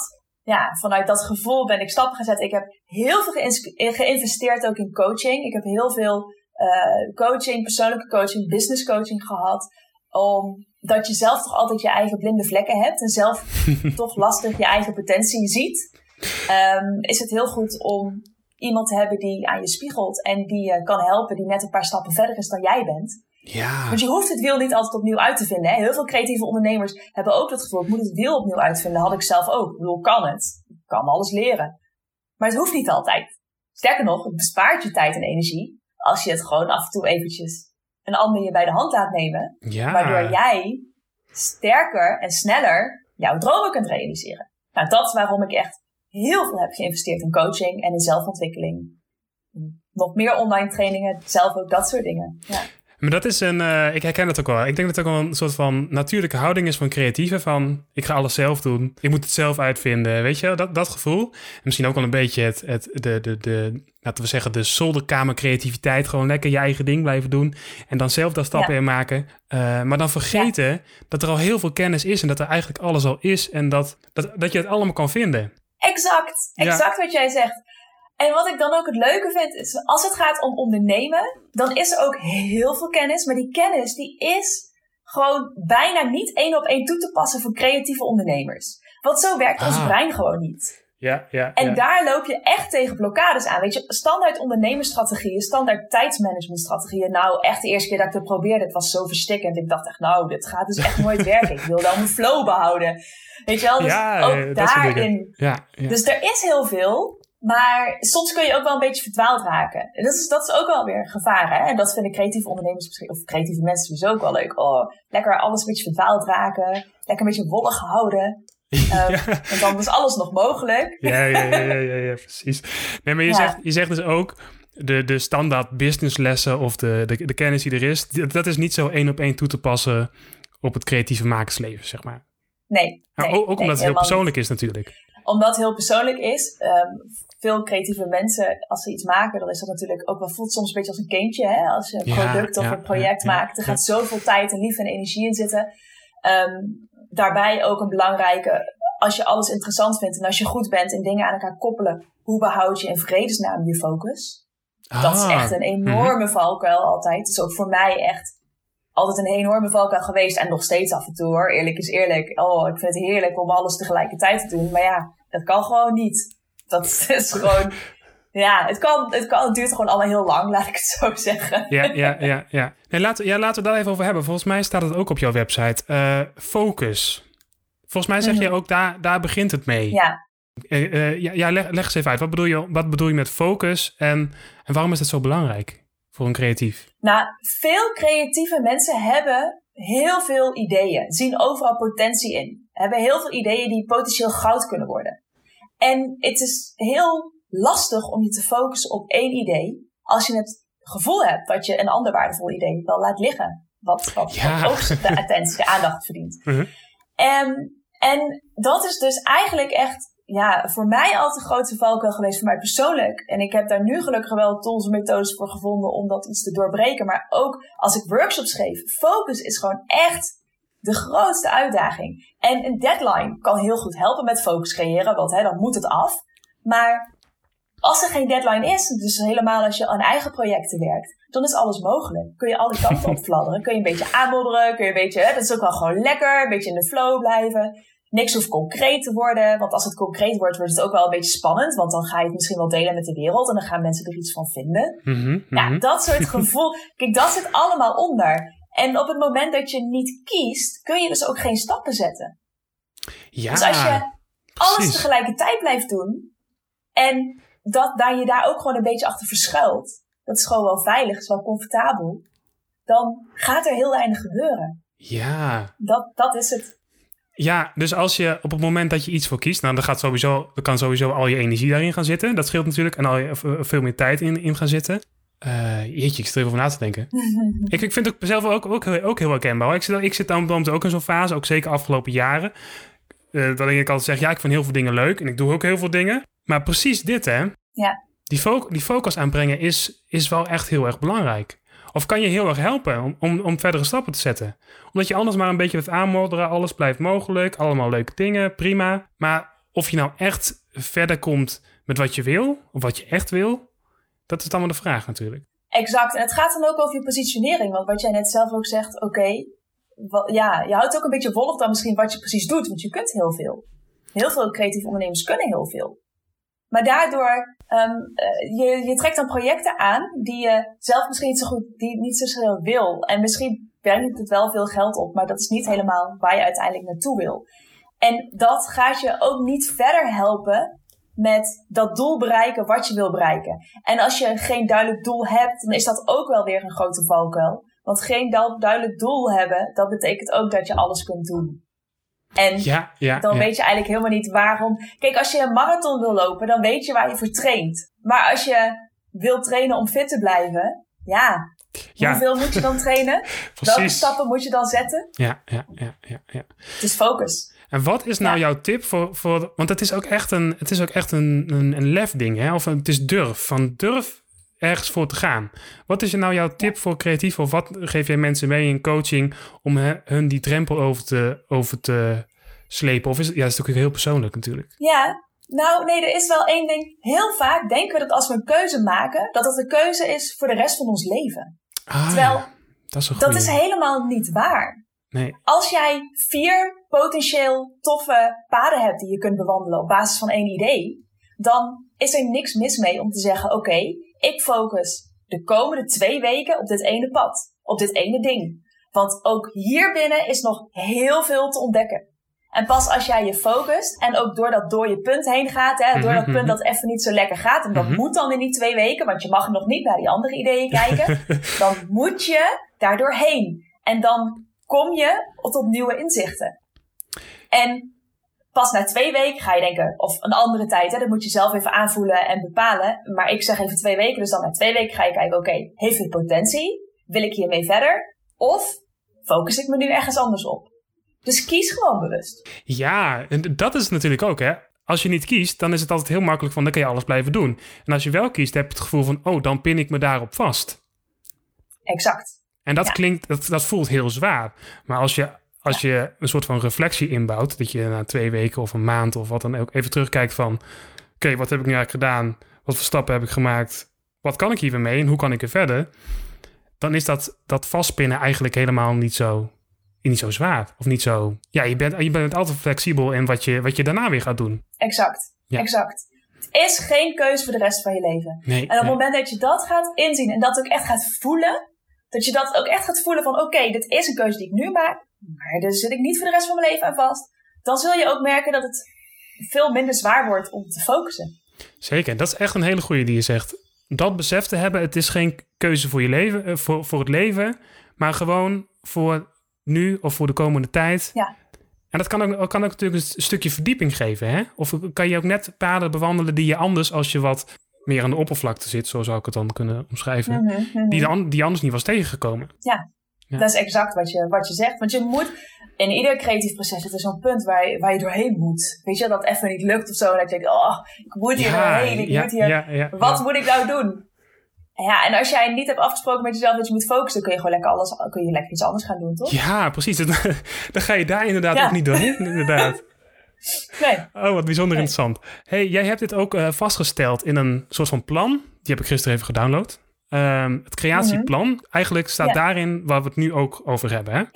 vanuit dat gevoel ben ik stappen gezet. Ik heb heel veel geïnvesteerd ook in coaching. Ik heb heel veel coaching, persoonlijke coaching, business coaching gehad. Omdat je zelf toch altijd je eigen blinde vlekken hebt. En zelf toch lastig je eigen potentie ziet. Is het heel goed om iemand te hebben die aan je spiegelt. En die je kan helpen, die net een paar stappen verder is dan jij bent. Ja. Want je hoeft het wiel niet altijd opnieuw uit te vinden. Hè? Heel veel creatieve ondernemers hebben ook het gevoel, ik moet het wiel opnieuw uitvinden. Had ik zelf ook. Ik bedoel, kan het. Ik kan alles leren. Maar het hoeft niet altijd. Sterker nog, het bespaart je tijd en energie. Als je het gewoon af en toe eventjes een ander je bij de hand laat nemen. Ja. Waardoor jij sterker en sneller jouw dromen kunt realiseren. Nou, dat is waarom ik echt heel veel heb geïnvesteerd in coaching en in zelfontwikkeling. Nog meer online trainingen, zelf ook dat soort dingen. Ja. Maar dat is ik herken het ook wel. Ik denk dat het ook wel een soort van natuurlijke houding is van creatieven. Van, ik ga alles zelf doen. Ik moet het zelf uitvinden. Weet je, dat gevoel. En misschien ook wel een beetje laten we zeggen, de zolderkamer creativiteit. Gewoon lekker je eigen ding blijven doen. En dan zelf daar stappen in maken. Maar dan vergeten dat er al heel veel kennis is. En dat er eigenlijk alles al is. En dat je het allemaal kan vinden. Exact wat jij zegt. En wat ik dan ook het leuke vind, is als het gaat om ondernemen, dan is er ook heel veel kennis. Maar die kennis, die is gewoon bijna niet 1 op 1 toe te passen voor creatieve ondernemers. Want zo werkt ons brein gewoon niet. En daar loop je echt tegen blokkades aan. Weet je, standaard ondernemersstrategieën, standaard tijdsmanagementstrategieën. Nou, echt de eerste keer dat ik het probeerde, het was zo verstikkend. Ik dacht echt, nou, dit gaat dus echt nooit werken. Ik wil dan mijn flow behouden. Weet je wel, dus ook daarin. Ja. Dus er is heel veel. Maar soms kun je ook wel een beetje verdwaald raken. Dat is ook wel weer een gevaar, hè? En dat vinden creatieve ondernemers of creatieve mensen sowieso ook wel leuk. Oh, lekker alles een beetje verdwaald raken. Lekker een beetje wollig houden. En dan is alles nog mogelijk. Ja, precies. Nee, maar je zegt dus ook de standaard businesslessen of de kennis die er is, dat is niet zo 1 op 1 toe te passen op het creatieve makersleven, zeg maar. Nee. Ook omdat het heel persoonlijk is natuurlijk. Omdat het heel persoonlijk is. Veel creatieve mensen, als ze iets maken, dan is dat natuurlijk ook wel, voelt soms een beetje als een kindje. Hè? Als je een product of een project maakt. Er gaat zoveel tijd en liefde en energie in zitten. Daarbij ook een belangrijke, als je alles interessant vindt en als je goed bent in dingen aan elkaar koppelen, hoe behoud je in vredesnaam je focus? Dat is echt een enorme valkuil altijd. Het is ook voor mij echt altijd een enorme valkuil geweest en nog steeds af en toe hoor. Eerlijk is eerlijk. Oh, ik vind het heerlijk om alles tegelijkertijd te doen. Maar ja, dat kan gewoon niet. Dat is gewoon, het duurt gewoon allemaal heel lang, laat ik het zo zeggen. Ja. Nee, laten we het daar even over hebben. Volgens mij staat het ook op jouw website. Focus. Volgens mij zeg je ook, daar begint het mee. Ja. Leg eens even uit. Wat bedoel je met focus en waarom is het zo belangrijk voor een creatief? Nou, veel creatieve mensen hebben heel veel ideeën. Zien overal potentie in. Hebben heel veel ideeën die potentieel goud kunnen worden. En het is heel lastig om je te focussen op 1 idee. Als je het gevoel hebt dat je een ander waardevol idee wel laat liggen. Wat ook de attentie, de aandacht verdient. Uh-huh. En dat is dus eigenlijk echt voor mij altijd een grootste valkuil geweest. Voor mij persoonlijk. En ik heb daar nu gelukkig wel tools en methodes voor gevonden om dat iets te doorbreken. Maar ook als ik workshops geef. Focus is gewoon echt de grootste uitdaging. En een deadline kan heel goed helpen met focus creëren. Want dan moet het af. Maar als er geen deadline is, dus helemaal als je aan eigen projecten werkt, dan is alles mogelijk. Kun je alle kanten op fladderen. Kun je een beetje aanmodderen. Kun je een beetje, dat is ook wel gewoon lekker. Een beetje in de flow blijven. Niks hoeft concreet te worden. Want als het concreet wordt, wordt het ook wel een beetje spannend. Want dan ga je het misschien wel delen met de wereld. En dan gaan mensen er iets van vinden. Ja, dat soort gevoel. Kijk, dat zit allemaal onder. En op het moment dat je niet kiest, kun je dus ook geen stappen zetten. Ja, dus als je alles tegelijkertijd blijft doen en je daar ook gewoon een beetje achter verschuilt, dat is gewoon wel veilig, is wel comfortabel, dan gaat er heel weinig gebeuren. Ja. Dat is het. Ja, dus als je op het moment dat je iets voor kiest, dan kan sowieso al je energie daarin gaan zitten. Dat scheelt natuurlijk. En al je veel meer tijd in gaan zitten. Jeetje, ik stel even over na te denken. ik vind het zelf ook heel herkenbaar. Ik zit dan ook in zo'n fase, ook zeker afgelopen jaren. Dat ik altijd zeg, ik vind heel veel dingen leuk. En ik doe ook heel veel dingen. Maar precies dit, hè. Ja. Die focus aanbrengen is wel echt heel erg belangrijk. Of kan je heel erg helpen om verdere stappen te zetten. Omdat je anders maar een beetje het aanmodderen. Alles blijft mogelijk. Allemaal leuke dingen, prima. Maar of je nou echt verder komt met wat je wil, of wat je echt wil, dat is allemaal de vraag natuurlijk. Exact. En het gaat dan ook over je positionering. Want wat jij net zelf ook zegt, je houdt ook een beetje wolf dan misschien wat je precies doet. Want je kunt heel veel. Heel veel creatieve ondernemers kunnen heel veel. Maar daardoor, je trekt dan projecten aan die je zelf misschien niet zo wil. En misschien brengt het wel veel geld op, maar dat is niet helemaal waar je uiteindelijk naartoe wil. En dat gaat je ook niet verder helpen met dat doel bereiken wat je wil bereiken. En als je geen duidelijk doel hebt, dan is dat ook wel weer een grote valkuil. Want geen duidelijk doel hebben, dat betekent ook dat je alles kunt doen. En dan weet je eigenlijk helemaal niet waarom. Kijk, als je een marathon wil lopen, dan weet je waar je voor traint. Maar als je wil trainen om fit te blijven, hoeveel moet je dan trainen? Welke stappen moet je dan zetten? Ja. Het is focus. En wat is nou jouw tip voor want het is ook echt een lefding, hè? Of het is durf ergens voor te gaan. Wat is nou jouw tip voor creatief? Of wat geef jij mensen mee in coaching om hun die drempel over te slepen? Of is het natuurlijk heel persoonlijk natuurlijk. Ja, nou nee, er is wel één ding. Heel vaak denken we dat als we een keuze maken, dat dat een keuze is voor de rest van ons leven. Terwijl, dat is helemaal niet waar. Nee. Als jij 4 potentieel toffe paden hebt die je kunt bewandelen op basis van 1 idee, dan is er niks mis mee om te zeggen, oké, ik focus de komende 2 weken op dit ene pad, op dit ene ding. Want ook hier binnen is nog heel veel te ontdekken. En pas als jij je focust en ook door dat dode punt heen gaat, door dat punt dat even niet zo lekker gaat, en dat moet dan in die 2 weken, want je mag nog niet naar die andere ideeën kijken, dan moet je daar doorheen. En dan kom je tot nieuwe inzichten. En pas na 2 weken ga je denken, of een andere tijd, dat moet je zelf even aanvoelen en bepalen. Maar ik zeg even 2 weken, dus dan na 2 weken ga je kijken, oké, heeft het potentie? Wil ik hiermee verder? Of focus ik me nu ergens anders op? Dus kies gewoon bewust. Ja, en dat is het natuurlijk ook, hè. Als je niet kiest, dan is het altijd heel makkelijk van, dan kan je alles blijven doen. En als je wel kiest, heb je het gevoel van, dan pin ik me daarop vast. Exact. En dat klinkt, dat voelt heel zwaar. Maar als je een soort van reflectie inbouwt, dat je na 2 weken of een maand of wat dan ook even terugkijkt van, oké, wat heb ik nu eigenlijk gedaan? Wat voor stappen heb ik gemaakt? Wat kan ik hier weer mee en hoe kan ik er verder? Dan is dat vastpinnen eigenlijk helemaal niet zo zwaar. Of niet zo. Ja, je bent altijd flexibel in wat je daarna weer gaat doen. Exact. Het is geen keuze voor de rest van je leven. Nee, en op het moment dat je dat gaat inzien en dat ook echt gaat voelen, dat je dat ook echt gaat voelen van oké, dit is een keuze die ik nu maak, maar daar zit ik niet voor de rest van mijn leven aan vast. Dan zul je ook merken dat het veel minder zwaar wordt om te focussen. Zeker, dat is echt een hele goeie die je zegt. Dat besef te hebben, het is geen keuze voor je leven, voor het leven, maar gewoon voor nu of voor de komende tijd. Ja. En dat kan ook natuurlijk een stukje verdieping geven, hè? Of kan je ook net paden bewandelen die je anders, als je wat meer aan de oppervlakte zit, zo zou ik het dan kunnen omschrijven, die anders niet was tegengekomen. Ja, dat is exact wat je zegt. Want je moet in ieder creatief proces, het is zo'n punt waar je doorheen moet. Weet je, dat even niet lukt of zo. En dat je denkt, ik moet hier doorheen. Wat moet ik nou doen? Ja, en als jij niet hebt afgesproken met jezelf dat je moet focussen, kun je gewoon lekker iets anders gaan doen, toch? Ja, precies. Dan ga je daar inderdaad ook niet doorheen, inderdaad. Nee. Oh, wat bijzonder interessant. Hey, jij hebt dit ook vastgesteld in een soort van plan. Die heb ik gisteren even gedownload. Het creatieplan. Eigenlijk staat daarin waar we het nu ook over hebben, hè?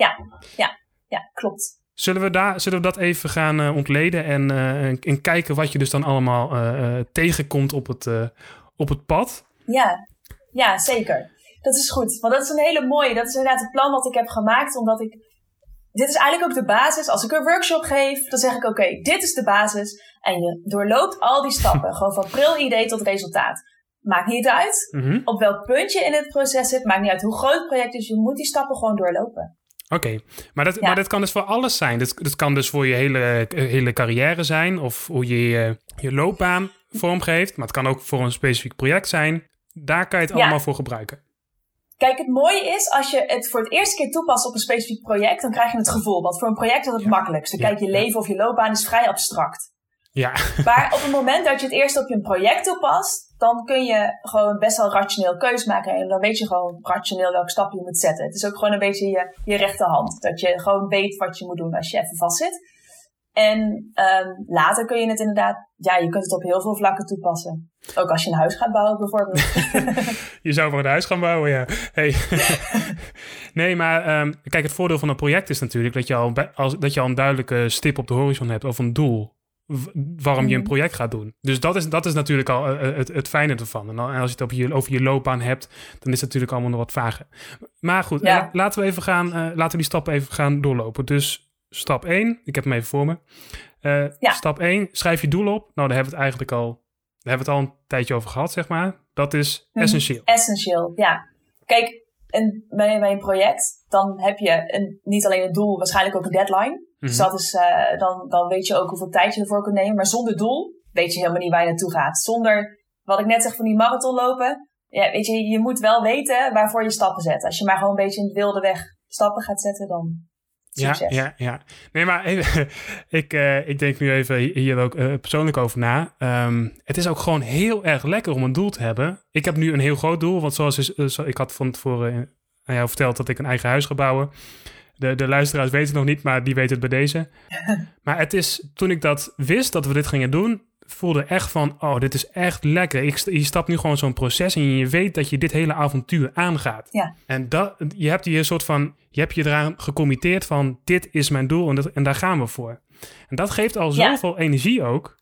Ja, klopt. Zullen we dat even gaan ontleden en kijken wat je dus dan allemaal tegenkomt op het pad? Ja, zeker. Dat is goed. Want dat is een hele mooie. Dat is inderdaad het plan wat ik heb gemaakt. Omdat dit is eigenlijk ook de basis. Als ik een workshop geef, dan zeg ik oké, dit is de basis. En je doorloopt al die stappen. Gewoon van pril idee tot resultaat. Maakt niet uit op welk punt je in het proces zit. Maakt niet uit hoe groot het project is. Je moet die stappen gewoon doorlopen. Oké, maar dat kan dus voor alles zijn. Dat kan dus voor je hele carrière zijn. Of hoe je je loopbaan vormgeeft. Maar het kan ook voor een specifiek project zijn. Daar kan je het allemaal voor gebruiken. Kijk, het mooie is, als je het voor het eerste keer toepast op een specifiek project, dan krijg je het gevoel. Want voor een project is het makkelijkst. Dan kijk je leven of je loopbaan is vrij abstract. Ja. Maar op het moment dat je het eerst op je project toepast, dan kun je gewoon best wel rationeel keus maken. En dan weet je gewoon rationeel welke stap je moet zetten. Het is ook gewoon een beetje je rechterhand. Dat je gewoon weet wat je moet doen als je even vastzit. En later kun je het inderdaad, je kunt het op heel veel vlakken toepassen. Ook als je een huis gaat bouwen bijvoorbeeld. Je zou maar een huis gaan bouwen, ja. Hey. Nee, maar kijk, het voordeel van een project is natuurlijk dat je al een duidelijke stip op de horizon hebt of een doel waarom je een project gaat doen. Dus dat is natuurlijk al het fijne ervan. En als je het over je loopbaan hebt, dan is het natuurlijk allemaal nog wat vager. Maar goed, laten we die stappen even gaan doorlopen. Dus stap 1, ik heb hem even voor me. Stap 1, schrijf je doel op. Nou, daar hebben we het al een tijdje over gehad, zeg maar. Dat is essentieel. Essentieel, ja. Kijk, bij een project, dan heb je niet alleen een doel, waarschijnlijk ook een deadline. Dus dat is, dan weet je ook hoeveel tijd je ervoor kunt nemen. Maar zonder doel weet je helemaal niet waar je naartoe gaat. Zonder, wat ik net zeg van die marathon lopen. Ja, weet je moet wel weten waarvoor je stappen zet. Als je maar gewoon een beetje in de wilde weg stappen gaat zetten, dan succes. Ja. Nee, maar ik denk nu even hier ook persoonlijk over na. Het is ook gewoon heel erg lekker om een doel te hebben. Ik heb nu een heel groot doel. Want ik had van tevoren aan jou verteld dat ik een eigen huis ga bouwen. De luisteraars weten het nog niet, maar die weten het bij deze. Maar het is, toen ik dat wist, dat we dit gingen doen, voelde echt van, dit is echt lekker. Je stapt nu gewoon zo'n proces en je weet dat je dit hele avontuur aangaat. Ja. En je hebt hier een soort van, je hebt je eraan gecommitteerd van, dit is mijn doel en daar gaan we voor. En dat geeft al zoveel energie ook.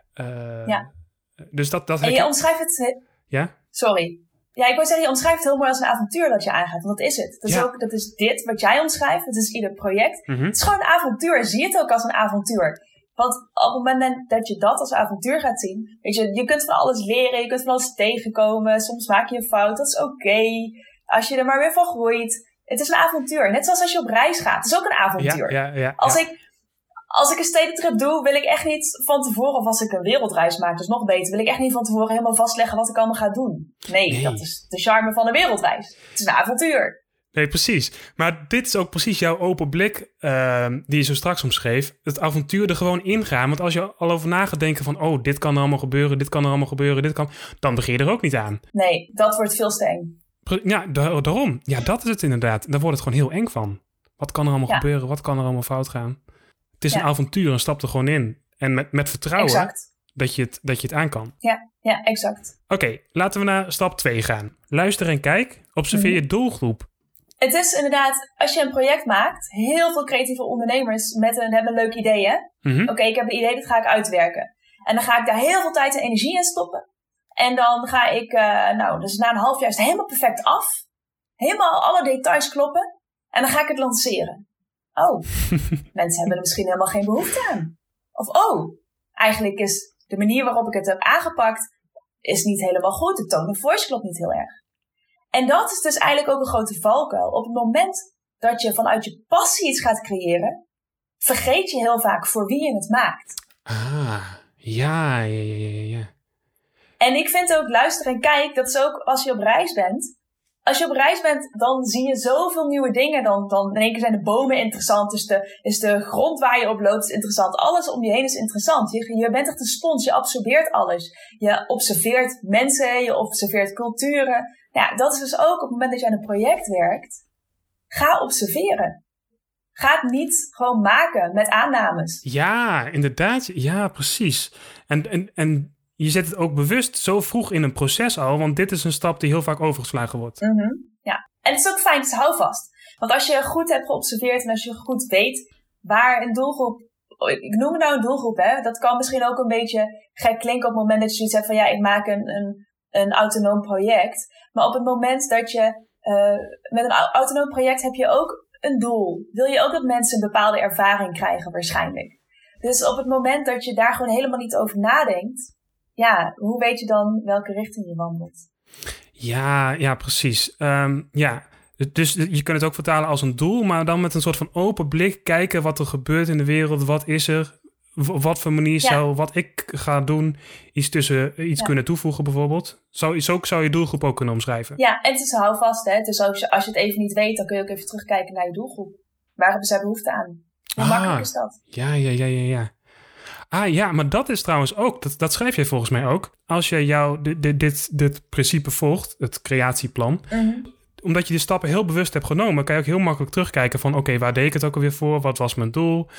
Dus dat en je omschrijft het... Ja? Sorry. Ja, ik wou zeggen, je omschrijft het heel mooi als een avontuur dat je aangaat. Want dat is het. Dat is dit wat jij omschrijft. Het is ieder project. Mm-hmm. Het is gewoon een avontuur. Zie het ook als een avontuur. Want op het moment dat je dat als avontuur gaat zien, weet je kunt van alles leren, je kunt van alles tegenkomen. Soms maak je een fout, dat is oké. Als je er maar weer van groeit. Het is een avontuur. Net zoals als je op reis gaat. Het is ook een avontuur. Ja. Als ik een stedentrip doe, wil ik echt niet van tevoren, of als ik een wereldreis maak, dus nog beter, wil ik echt niet van tevoren helemaal vastleggen wat ik allemaal ga doen. Nee, dat is de charme van een wereldreis. Het is een avontuur. Nee, precies. Maar dit is ook precies jouw open blik die je zo straks omschreef. Het avontuur er gewoon ingaan. Want als je al over na gaat denken van, dit kan er allemaal gebeuren, dit kan er allemaal gebeuren, dan begin je er ook niet aan. Nee, dat wordt veel te eng. Ja, daarom. Ja, dat is het inderdaad. Daar wordt het gewoon heel eng van. Wat kan er allemaal gebeuren? Wat kan er allemaal fout gaan? Het is een avontuur en stap er gewoon in. En met vertrouwen dat je het aan kan. Ja, exact. Oké, laten we naar stap 2 gaan. Luister en kijk. Observeer je doelgroep. Het is inderdaad, als je een project maakt, heel veel creatieve ondernemers hebben een leuk idee, hè? Mm-hmm. Oké, ik heb een idee, dat ga ik uitwerken. En dan ga ik daar heel veel tijd en energie in stoppen. En dan ga ik, dus na een half jaar is het helemaal perfect af. Helemaal alle details kloppen. En dan ga ik het lanceren. Mensen hebben er misschien helemaal geen behoefte aan. Of eigenlijk is de manier waarop ik het heb aangepakt, is niet helemaal goed. De tone of voice klopt niet heel erg. En dat is dus eigenlijk ook een grote valkuil. Op het moment dat je vanuit je passie iets gaat creëren, vergeet je heel vaak voor wie je het maakt. Ja. En ik vind ook, luister en kijk, dat is ook als je op reis bent. Als je op reis bent, dan zie je zoveel nieuwe dingen. Dan in één keer zijn de bomen interessant. Is de grond waar je op loopt interessant. Alles om je heen is interessant. Je bent echt een spons. Je absorbeert alles. Je observeert mensen. Je observeert culturen. Ja, dat is dus ook op het moment dat je aan een project werkt. Ga observeren. Ga het niet gewoon maken met aannames. Ja, inderdaad. Ja, precies. En je zet het ook bewust zo vroeg in een proces al, want dit is een stap die heel vaak overgeslagen wordt. Mm-hmm. Ja, en het is ook fijn, dus hou vast. Want als je goed hebt geobserveerd en als je goed weet waar een doelgroep, ik noem het nou een doelgroep, hè, dat kan misschien ook een beetje gek klinken op het moment dat je zoiets hebt van ik maak een autonoom project. Maar op het moment dat je met een autonoom project heb je ook een doel. Wil je ook dat mensen een bepaalde ervaring krijgen waarschijnlijk. Dus op het moment dat je daar gewoon helemaal niet over nadenkt, hoe weet je dan welke richting je wandelt? Ja, precies. Dus je kunt het ook vertalen als een doel, maar dan met een soort van open blik kijken wat er gebeurt in de wereld. Wat is er? Op wat voor manier zou wat ik ga doen iets kunnen toevoegen bijvoorbeeld? Zo zou je doelgroep ook kunnen omschrijven. Ja, en het is houvast. Hè? Dus als je het even niet weet, dan kun je ook even terugkijken naar je doelgroep. Waar hebben zij behoefte aan? Hoe makkelijk is dat? Ja, maar dat is trouwens ook, dat schrijf jij volgens mij ook. Als je dit principe volgt, het creatieplan, omdat je de stappen heel bewust hebt genomen, kan je ook heel makkelijk terugkijken van waar deed ik het ook alweer voor? Wat was mijn doel?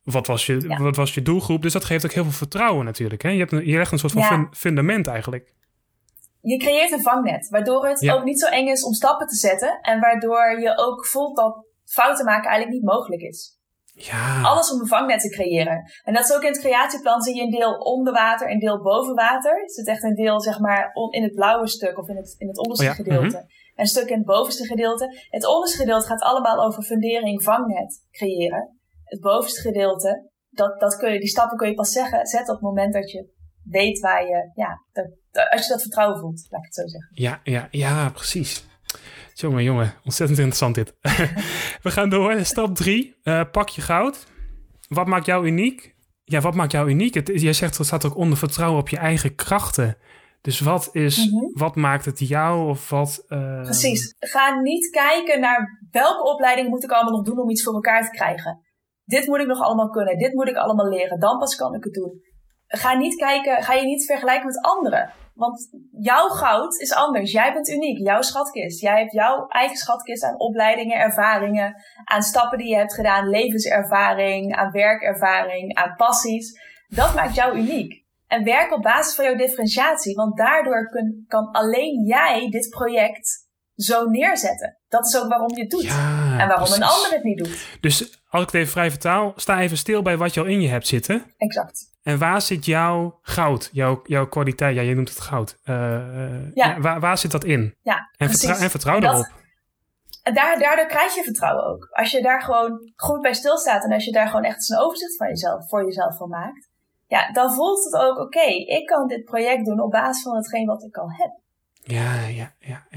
Wat was je doelgroep? Dus dat geeft ook heel veel vertrouwen natuurlijk. Hè? Je legt een soort van fundament eigenlijk. Je creëert een vangnet, waardoor het ook niet zo eng is om stappen te zetten. En waardoor je ook voelt dat fouten maken eigenlijk niet mogelijk is. Ja. Alles om een vangnet te creëren. En dat is ook in het creatieplan, zie je een deel onder water en een deel boven water. Er zit echt een deel zeg maar in het blauwe stuk of in het onderste gedeelte. Mm-hmm. En een stuk in het bovenste gedeelte. Het onderste gedeelte gaat allemaal over fundering, vangnet creëren. Het bovenste gedeelte, die stappen kun je pas zetten op het moment dat je weet waar je, als je dat vertrouwen voelt, laat ik het zo zeggen. Ja, precies. Jongen, ontzettend interessant dit. We gaan door. Stap 3, pak je goud. Wat maakt jou uniek? Ja, wat maakt jou uniek? Jij zegt, er staat ook onder vertrouwen op je eigen krachten. Dus wat maakt het jou of wat... Precies. Ga niet kijken naar welke opleiding moet ik allemaal nog doen om iets voor elkaar te krijgen. Dit moet ik nog allemaal kunnen. Dit moet ik allemaal leren. Dan pas kan ik het doen. Ga je niet vergelijken met anderen. Want jouw goud is anders. Jij bent uniek. Jouw schatkist. Jij hebt jouw eigen schatkist aan opleidingen, ervaringen, aan stappen die je hebt gedaan, levenservaring, aan werkervaring, aan passies. Dat maakt jou uniek. En werk op basis van jouw differentiatie. Want daardoor kan alleen jij dit project zo neerzetten. Dat is ook waarom je het doet. Ja, en waarom precies. een ander het niet doet. Dus als ik het even vrij vertaal, sta even stil bij wat je al in je hebt zitten. Exact. En waar zit jouw goud, jouw kwaliteit? Ja, je noemt het goud. Waar zit dat in? Ja, en vertrouw erop. En daardoor krijg je vertrouwen ook. Als je daar gewoon goed bij stilstaat en als je daar gewoon echt eens een overzicht voor jezelf van maakt. Ja, dan voelt het ook oké, ik kan dit project doen op basis van hetgeen wat ik al heb. Ja.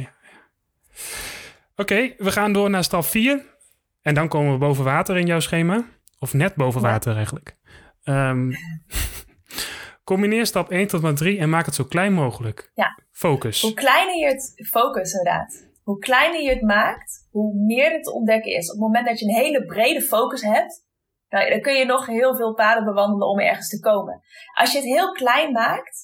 Oké, we gaan door naar stap 4. En dan komen we boven water in jouw schema. Of net boven water eigenlijk. Combineer stap 1 tot en met 3 en maak het zo klein mogelijk. Ja. Focus. Hoe kleiner je het focus inderdaad. Hoe kleiner je het maakt, hoe meer het te ontdekken is. Op het moment dat je een hele brede focus hebt, dan kun je nog heel veel paden bewandelen om ergens te komen. Als je het heel klein maakt,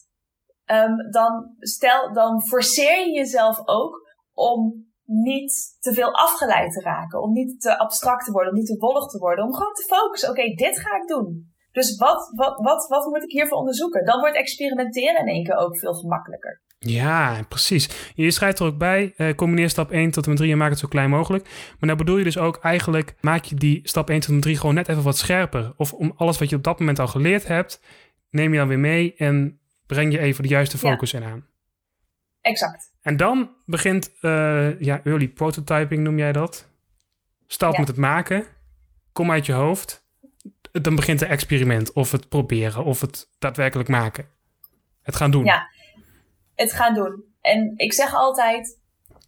dan forceer je jezelf ook om niet te veel afgeleid te raken. Om niet te abstract te worden, om niet te wollig te worden. Om gewoon te focussen. Oké, dit ga ik doen. Dus wat moet ik hiervoor onderzoeken? Dan wordt experimenteren in één keer ook veel gemakkelijker. Ja, precies. Je schrijft er ook bij, combineer stap 1 tot en met 3 en maak het zo klein mogelijk. Maar dan bedoel je dus ook eigenlijk, maak je die stap 1 tot en met 3 gewoon net even wat scherper. Of om alles wat je op dat moment al geleerd hebt, neem je dan weer mee en breng je even de juiste focus in aan. Exact. En dan begint, early prototyping noem jij dat. Start met het maken. Kom uit je hoofd. Dan begint het experiment of het proberen of het daadwerkelijk maken. Het gaan doen. Ja, het gaan doen. En ik zeg altijd,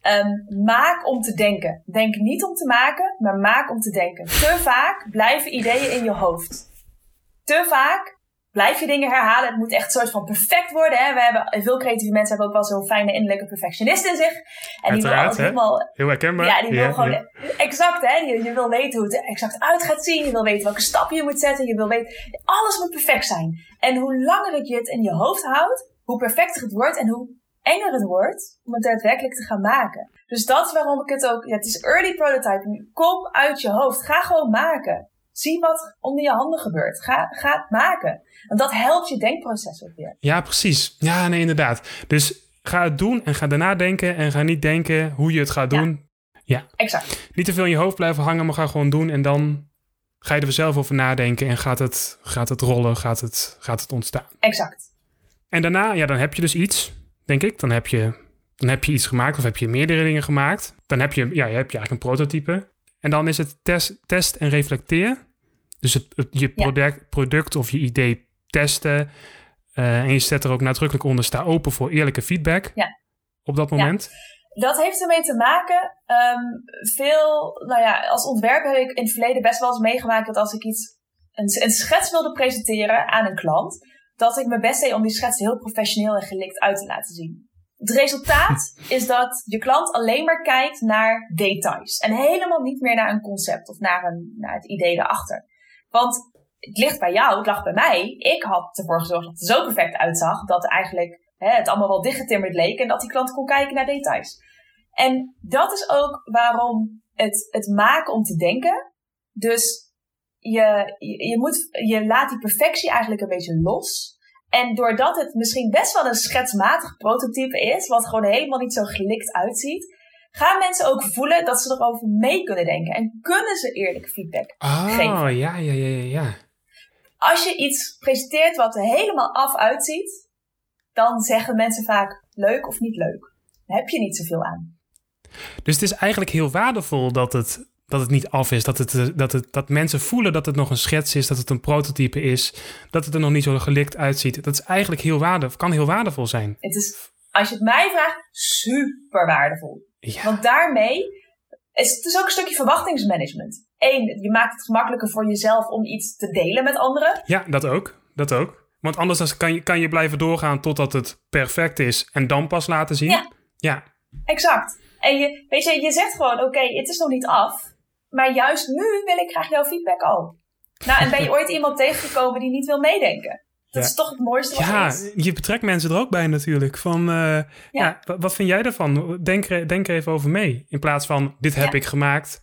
maak om te denken. Denk niet om te maken, maar maak om te denken. Te vaak blijven ideeën in je hoofd. Te vaak blijf je dingen herhalen. Het moet echt een soort van perfect worden. Hè? Veel creatieve mensen hebben ook wel zo'n fijne innerlijke perfectionist in zich. En die wil altijd helemaal... Heel herkenbaar. Ja, die wil gewoon... Exact, hè. Je wil weten hoe het exact uit gaat zien. Je wil weten welke stappen je moet zetten. Je wil weten... Alles moet perfect zijn. En hoe langer je het in je hoofd houdt, hoe perfecter het wordt en hoe enger het wordt om het daadwerkelijk te gaan maken. Dus dat is waarom ik het ook... Ja, het is early prototyping. Kom uit je hoofd. Ga gewoon maken. Zie wat onder je handen gebeurt. Ga het maken. Want dat helpt je denkproces ook weer. Ja, precies. Ja, nee, inderdaad. Dus ga het doen en ga daarna denken. En ga niet denken hoe je het gaat doen. Ja, exact. Niet te veel in je hoofd blijven hangen, maar ga gewoon doen. En dan ga je er zelf over nadenken. En gaat het rollen, gaat het ontstaan. Exact. En daarna, dan heb je dus iets, denk ik. Dan heb je iets gemaakt of heb je meerdere dingen gemaakt. Dan heb je eigenlijk een prototype. En dan is het test en reflecteer. Dus je product of je idee testen. En je zet er ook nadrukkelijk onder, sta open voor eerlijke feedback. Ja. Op dat moment. Ja. Dat heeft ermee te maken. Als ontwerper heb ik in het verleden best wel eens meegemaakt dat als ik een schets wilde presenteren aan een klant, dat ik mijn best deed om die schets heel professioneel en gelikt uit te laten zien. Het resultaat is dat je klant alleen maar kijkt naar details. En helemaal niet meer naar een concept of naar het idee daarachter. Want het ligt bij jou, het lag bij mij. Ik had ervoor gezorgd dat het zo perfect uitzag dat eigenlijk het allemaal wel dichtgetimmerd leek en dat die klant kon kijken naar details. En dat is ook waarom het maken om te denken. Dus je laat die perfectie eigenlijk een beetje los. En doordat het misschien best wel een schetsmatig prototype is, wat gewoon helemaal niet zo gelikt uitziet, gaan mensen ook voelen dat ze erover mee kunnen denken. En kunnen ze eerlijke feedback geven. Oh, ja. Als je iets presenteert wat er helemaal af uitziet, dan zeggen mensen vaak leuk of niet leuk. Daar heb je niet zoveel aan. Dus het is eigenlijk heel waardevol dat het niet af is. Dat mensen voelen dat het nog een schets is, dat het een prototype is, dat het er nog niet zo gelikt uitziet. Dat is eigenlijk kan heel waardevol zijn. Het is, als je het mij vraagt, super waardevol. Ja. Want daarmee is het ook een stukje verwachtingsmanagement. 1, je maakt het gemakkelijker voor jezelf om iets te delen met anderen. Ja, dat ook. Want anders kan je blijven doorgaan totdat het perfect is en dan pas laten zien. Ja. Exact. En je zegt gewoon, oké, het is nog niet af. Maar juist nu wil ik graag jouw feedback al. Nou, en ben je ooit iemand tegengekomen die niet wil meedenken? Dat is toch het mooiste wat er is. Ja, je betrekt mensen er ook bij natuurlijk. Van, wat vind jij ervan? Denk er even over mee. In plaats van, dit heb ik gemaakt.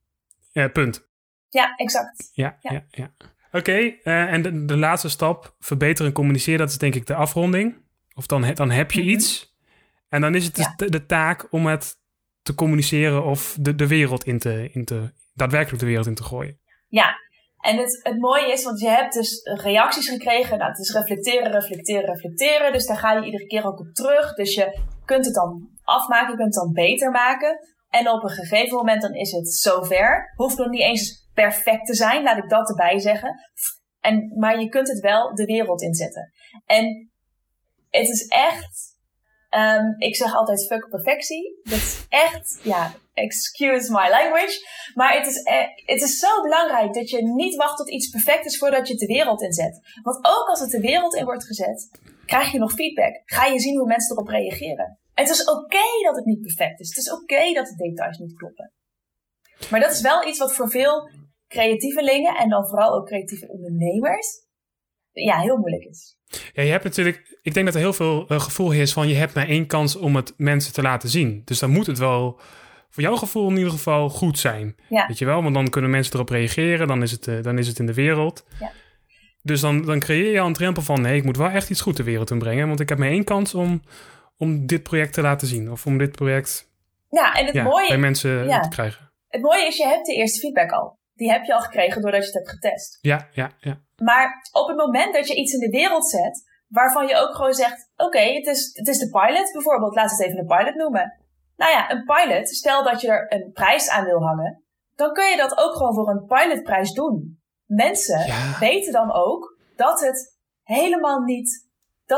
Punt. Ja, exact. Ja. Oké, en de laatste stap, verbeteren en communiceren, dat is denk ik de afronding. Of dan heb je iets. En dan is het dus de taak om het te communiceren of de wereld daadwerkelijk de wereld in te gooien. Ja, en het mooie is, want je hebt dus reacties gekregen. Nou, het is reflecteren. Dus daar ga je iedere keer ook op terug. Dus je kunt het dan afmaken, je kunt het dan beter maken. En op een gegeven moment dan is het zover. Hoeft nog niet eens perfect te zijn, laat ik dat erbij zeggen. Maar je kunt het wel de wereld inzetten. En het is echt... ik zeg altijd fuck perfectie. Dat is echt, excuse my language. Maar het is zo belangrijk dat je niet wacht tot iets perfect is voordat je het de wereld inzet. Want ook als het de wereld in wordt gezet, krijg je nog feedback. Ga je zien hoe mensen erop reageren. En het is oké dat het niet perfect is. Het is oké dat de details niet kloppen. Maar dat is wel iets wat voor veel creatievelingen en dan vooral ook creatieve ondernemers heel moeilijk is. Ja, je hebt natuurlijk... Ik denk dat er heel veel gevoel heerst van... je hebt maar 1 kans om het mensen te laten zien. Dus dan moet het wel voor jouw gevoel in ieder geval goed zijn. Ja. Weet je wel? Want dan kunnen mensen erop reageren. Dan is het in de wereld. Ja. Dus dan creëer je al een drempel van... nee, ik moet wel echt iets goed de wereld in brengen. Want ik heb maar 1 kans om dit project te laten zien. Of om dit project mooie, bij mensen te krijgen. Het mooie is, je hebt de eerste feedback al. Die heb je al gekregen doordat je het hebt getest. Ja. Maar op het moment dat je iets in de wereld zet... waarvan je ook gewoon zegt... oké, het is de pilot bijvoorbeeld. Laten we het even een pilot noemen. Nou ja, een pilot. Stel dat je er een prijs aan wil hangen. Dan kun je dat ook gewoon voor een pilotprijs doen. Mensen weten dan ook dat het helemaal niet...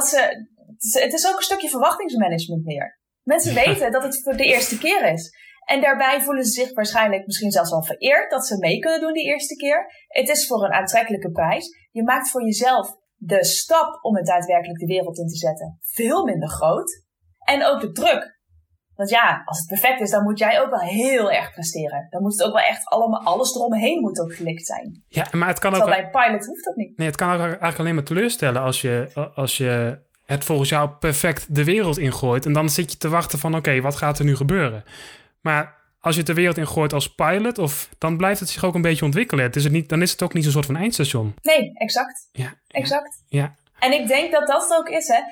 het is ook een stukje verwachtingsmanagement meer. Mensen weten dat het voor de eerste keer is. En daarbij voelen ze zich waarschijnlijk misschien zelfs wel vereerd dat ze mee kunnen doen die eerste keer. Het is voor een aantrekkelijke prijs. Je maakt voor jezelf de stap om het daadwerkelijk de wereld in te zetten veel minder groot. En ook de druk. Want als het perfect is, dan moet jij ook wel heel erg presteren. Dan moet het ook wel echt alles eromheen moet ook gelikt zijn. Ja, maar het kan ook... Terwijl bij een pilot hoeft dat niet. Nee, het kan ook eigenlijk alleen maar teleurstellen als je het volgens jou perfect de wereld ingooit. En dan zit je te wachten van oké, wat gaat er nu gebeuren? Maar als je het de wereld ingooit als pilot, dan blijft het zich ook een beetje ontwikkelen. Dan is het ook niet zo'n soort van eindstation. Nee, exact. Ja. Exact. Ja. En ik denk dat het ook is, hè.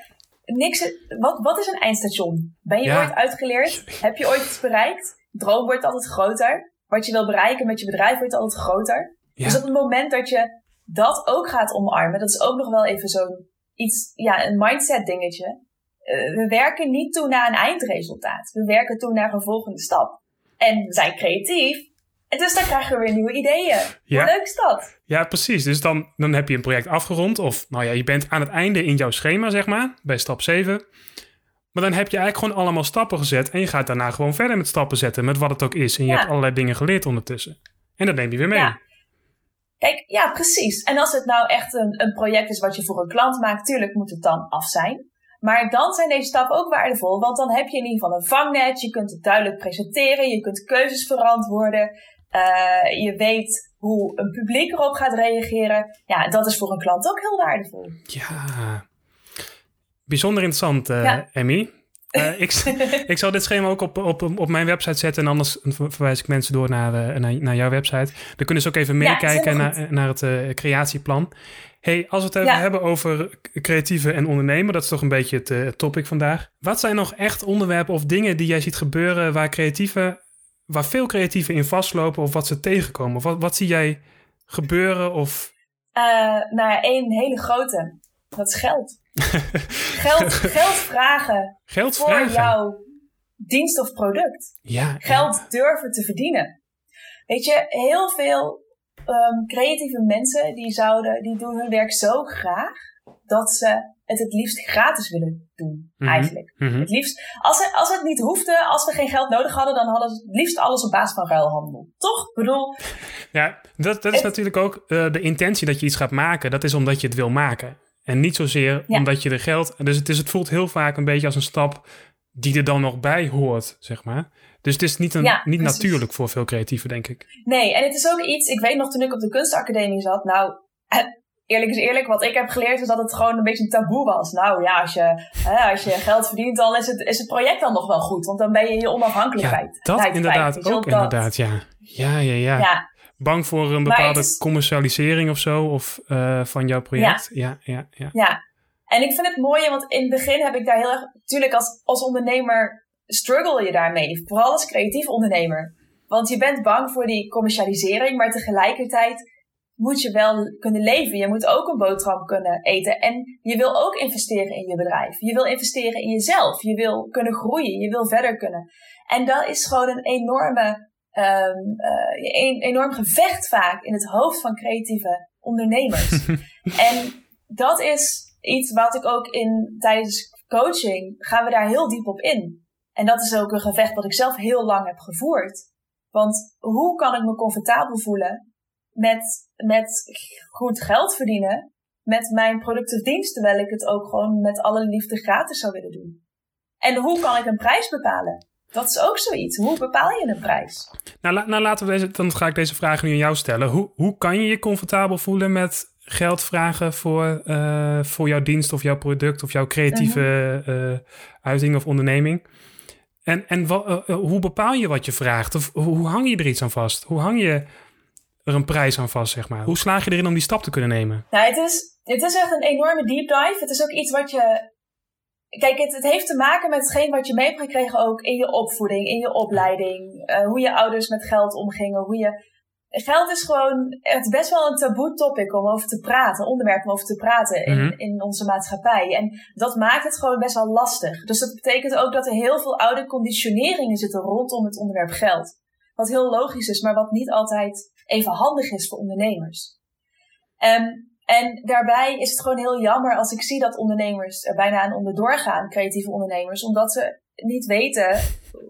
Wat is een eindstation? Ben je ooit uitgeleerd? Heb je ooit iets bereikt? Droom wordt altijd groter. Wat je wil bereiken met je bedrijf wordt altijd groter. Ja. Dus op het moment dat je dat ook gaat omarmen, dat is ook nog wel even zo'n iets, een mindset dingetje. We werken niet toe naar een eindresultaat. We werken toe naar een volgende stap. En we zijn creatief. En dus dan krijgen we weer nieuwe ideeën. Hoe leuk is dat? Ja, precies. Dus dan heb je een project afgerond. Of je bent aan het einde in jouw schema, zeg maar. Bij stap 7. Maar dan heb je eigenlijk gewoon allemaal stappen gezet. En je gaat daarna gewoon verder met stappen zetten. Met wat het ook is. En je hebt allerlei dingen geleerd ondertussen. En dat neem je weer mee. Ja. Kijk, precies. En als het nou echt een project is wat je voor een klant maakt. Tuurlijk moet het dan af zijn. Maar dan zijn deze stappen ook waardevol. Want dan heb je in ieder geval een vangnet. Je kunt het duidelijk presenteren. Je kunt keuzes verantwoorden. Je weet hoe een publiek erop gaat reageren. Ja, dat is voor een klant ook heel waardevol. Ja, bijzonder interessant, Emmy. Ik zal dit schema ook op mijn website zetten. En anders verwijs ik mensen door naar jouw website. Dan kunnen ze ook even meekijken naar het creatieplan. Hey, als we het hebben over creatieven en ondernemen, dat is toch een beetje het topic vandaag. Wat zijn nog echt onderwerpen of dingen die jij ziet gebeuren waar veel creatieven in vastlopen of wat ze tegenkomen? Wat zie jij gebeuren? Of... één hele grote. Dat is geld. Geld vragen. Voor jouw dienst of product. Geld durven te verdienen. Weet je, heel veel creatieve mensen die doen hun werk zo graag dat ze het liefst gratis willen doen, eigenlijk. Mm-hmm. Het liefst, als het niet hoefde, als we geen geld nodig hadden, dan hadden ze het liefst alles op basis van ruilhandel. Toch? Ik bedoel... Ja, dat is natuurlijk ook de intentie dat je iets gaat maken. Dat is omdat je het wil maken. En niet zozeer omdat je er geld... Dus het voelt heel vaak een beetje als een stap die er dan nog bij hoort, zeg maar. Dus het is niet natuurlijk voor veel creatieven, denk ik. Nee, en het is ook iets... Ik weet nog toen ik op de kunstacademie zat... Nou, eerlijk is eerlijk, wat ik heb geleerd is dat het gewoon een beetje een taboe was. Nou ja, als je geld verdient, dan is het project dan nog wel goed. Want dan ben je je onafhankelijkheid. Ja, dat inderdaad ook inderdaad, ja. Ja. Bang voor een bepaalde commercialisering of zo, of van jouw project. Ja. En ik vind het mooi, want in het begin heb ik daar heel erg... Natuurlijk, als ondernemer struggle je daarmee. Vooral als creatief ondernemer. Want je bent bang voor die commercialisering, maar tegelijkertijd moet je wel kunnen leven. Je moet ook een boterham kunnen eten. En je wil ook investeren in je bedrijf. Je wil investeren in jezelf. Je wil kunnen groeien. Je wil verder kunnen. En dat is gewoon een enorm gevecht vaak in het hoofd van creatieve ondernemers. En dat is iets wat ik ook tijdens coaching gaan we daar heel diep op in. En dat is ook een gevecht wat ik zelf heel lang heb gevoerd. Want hoe kan ik me comfortabel voelen met goed geld verdienen met mijn product of dienst, terwijl ik het ook gewoon met alle liefde gratis zou willen doen? En hoe kan ik een prijs bepalen? Dat is ook zoiets. Hoe bepaal je een prijs? Nou dan ga ik deze vraag nu aan jou stellen. Hoe kan je je comfortabel voelen met geld vragen voor jouw dienst of jouw product of jouw creatieve uiting of onderneming? En hoe bepaal je wat je vraagt? Of hoe hang je er iets aan vast? Hoe hang je er een prijs aan vast, zeg maar? Hoe slaag je erin om die stap te kunnen nemen? Nou, het is echt een enorme deep dive. Het is ook iets wat je... Kijk, het heeft te maken met hetgeen wat je mee hebt gekregen ook in je opvoeding, in je opleiding. Hoe je ouders met geld omgingen. Geld is gewoon echt best wel een taboe topic om over te praten. Een onderwerp om over te praten in onze maatschappij. En dat maakt het gewoon best wel lastig. Dus dat betekent ook dat er heel veel oude conditioneringen zitten rondom het onderwerp geld. Wat heel logisch is, maar wat niet altijd even handig is voor ondernemers. En daarbij is het gewoon heel jammer als ik zie dat ondernemers er bijna aan onderdoor gaan, creatieve ondernemers, omdat ze niet weten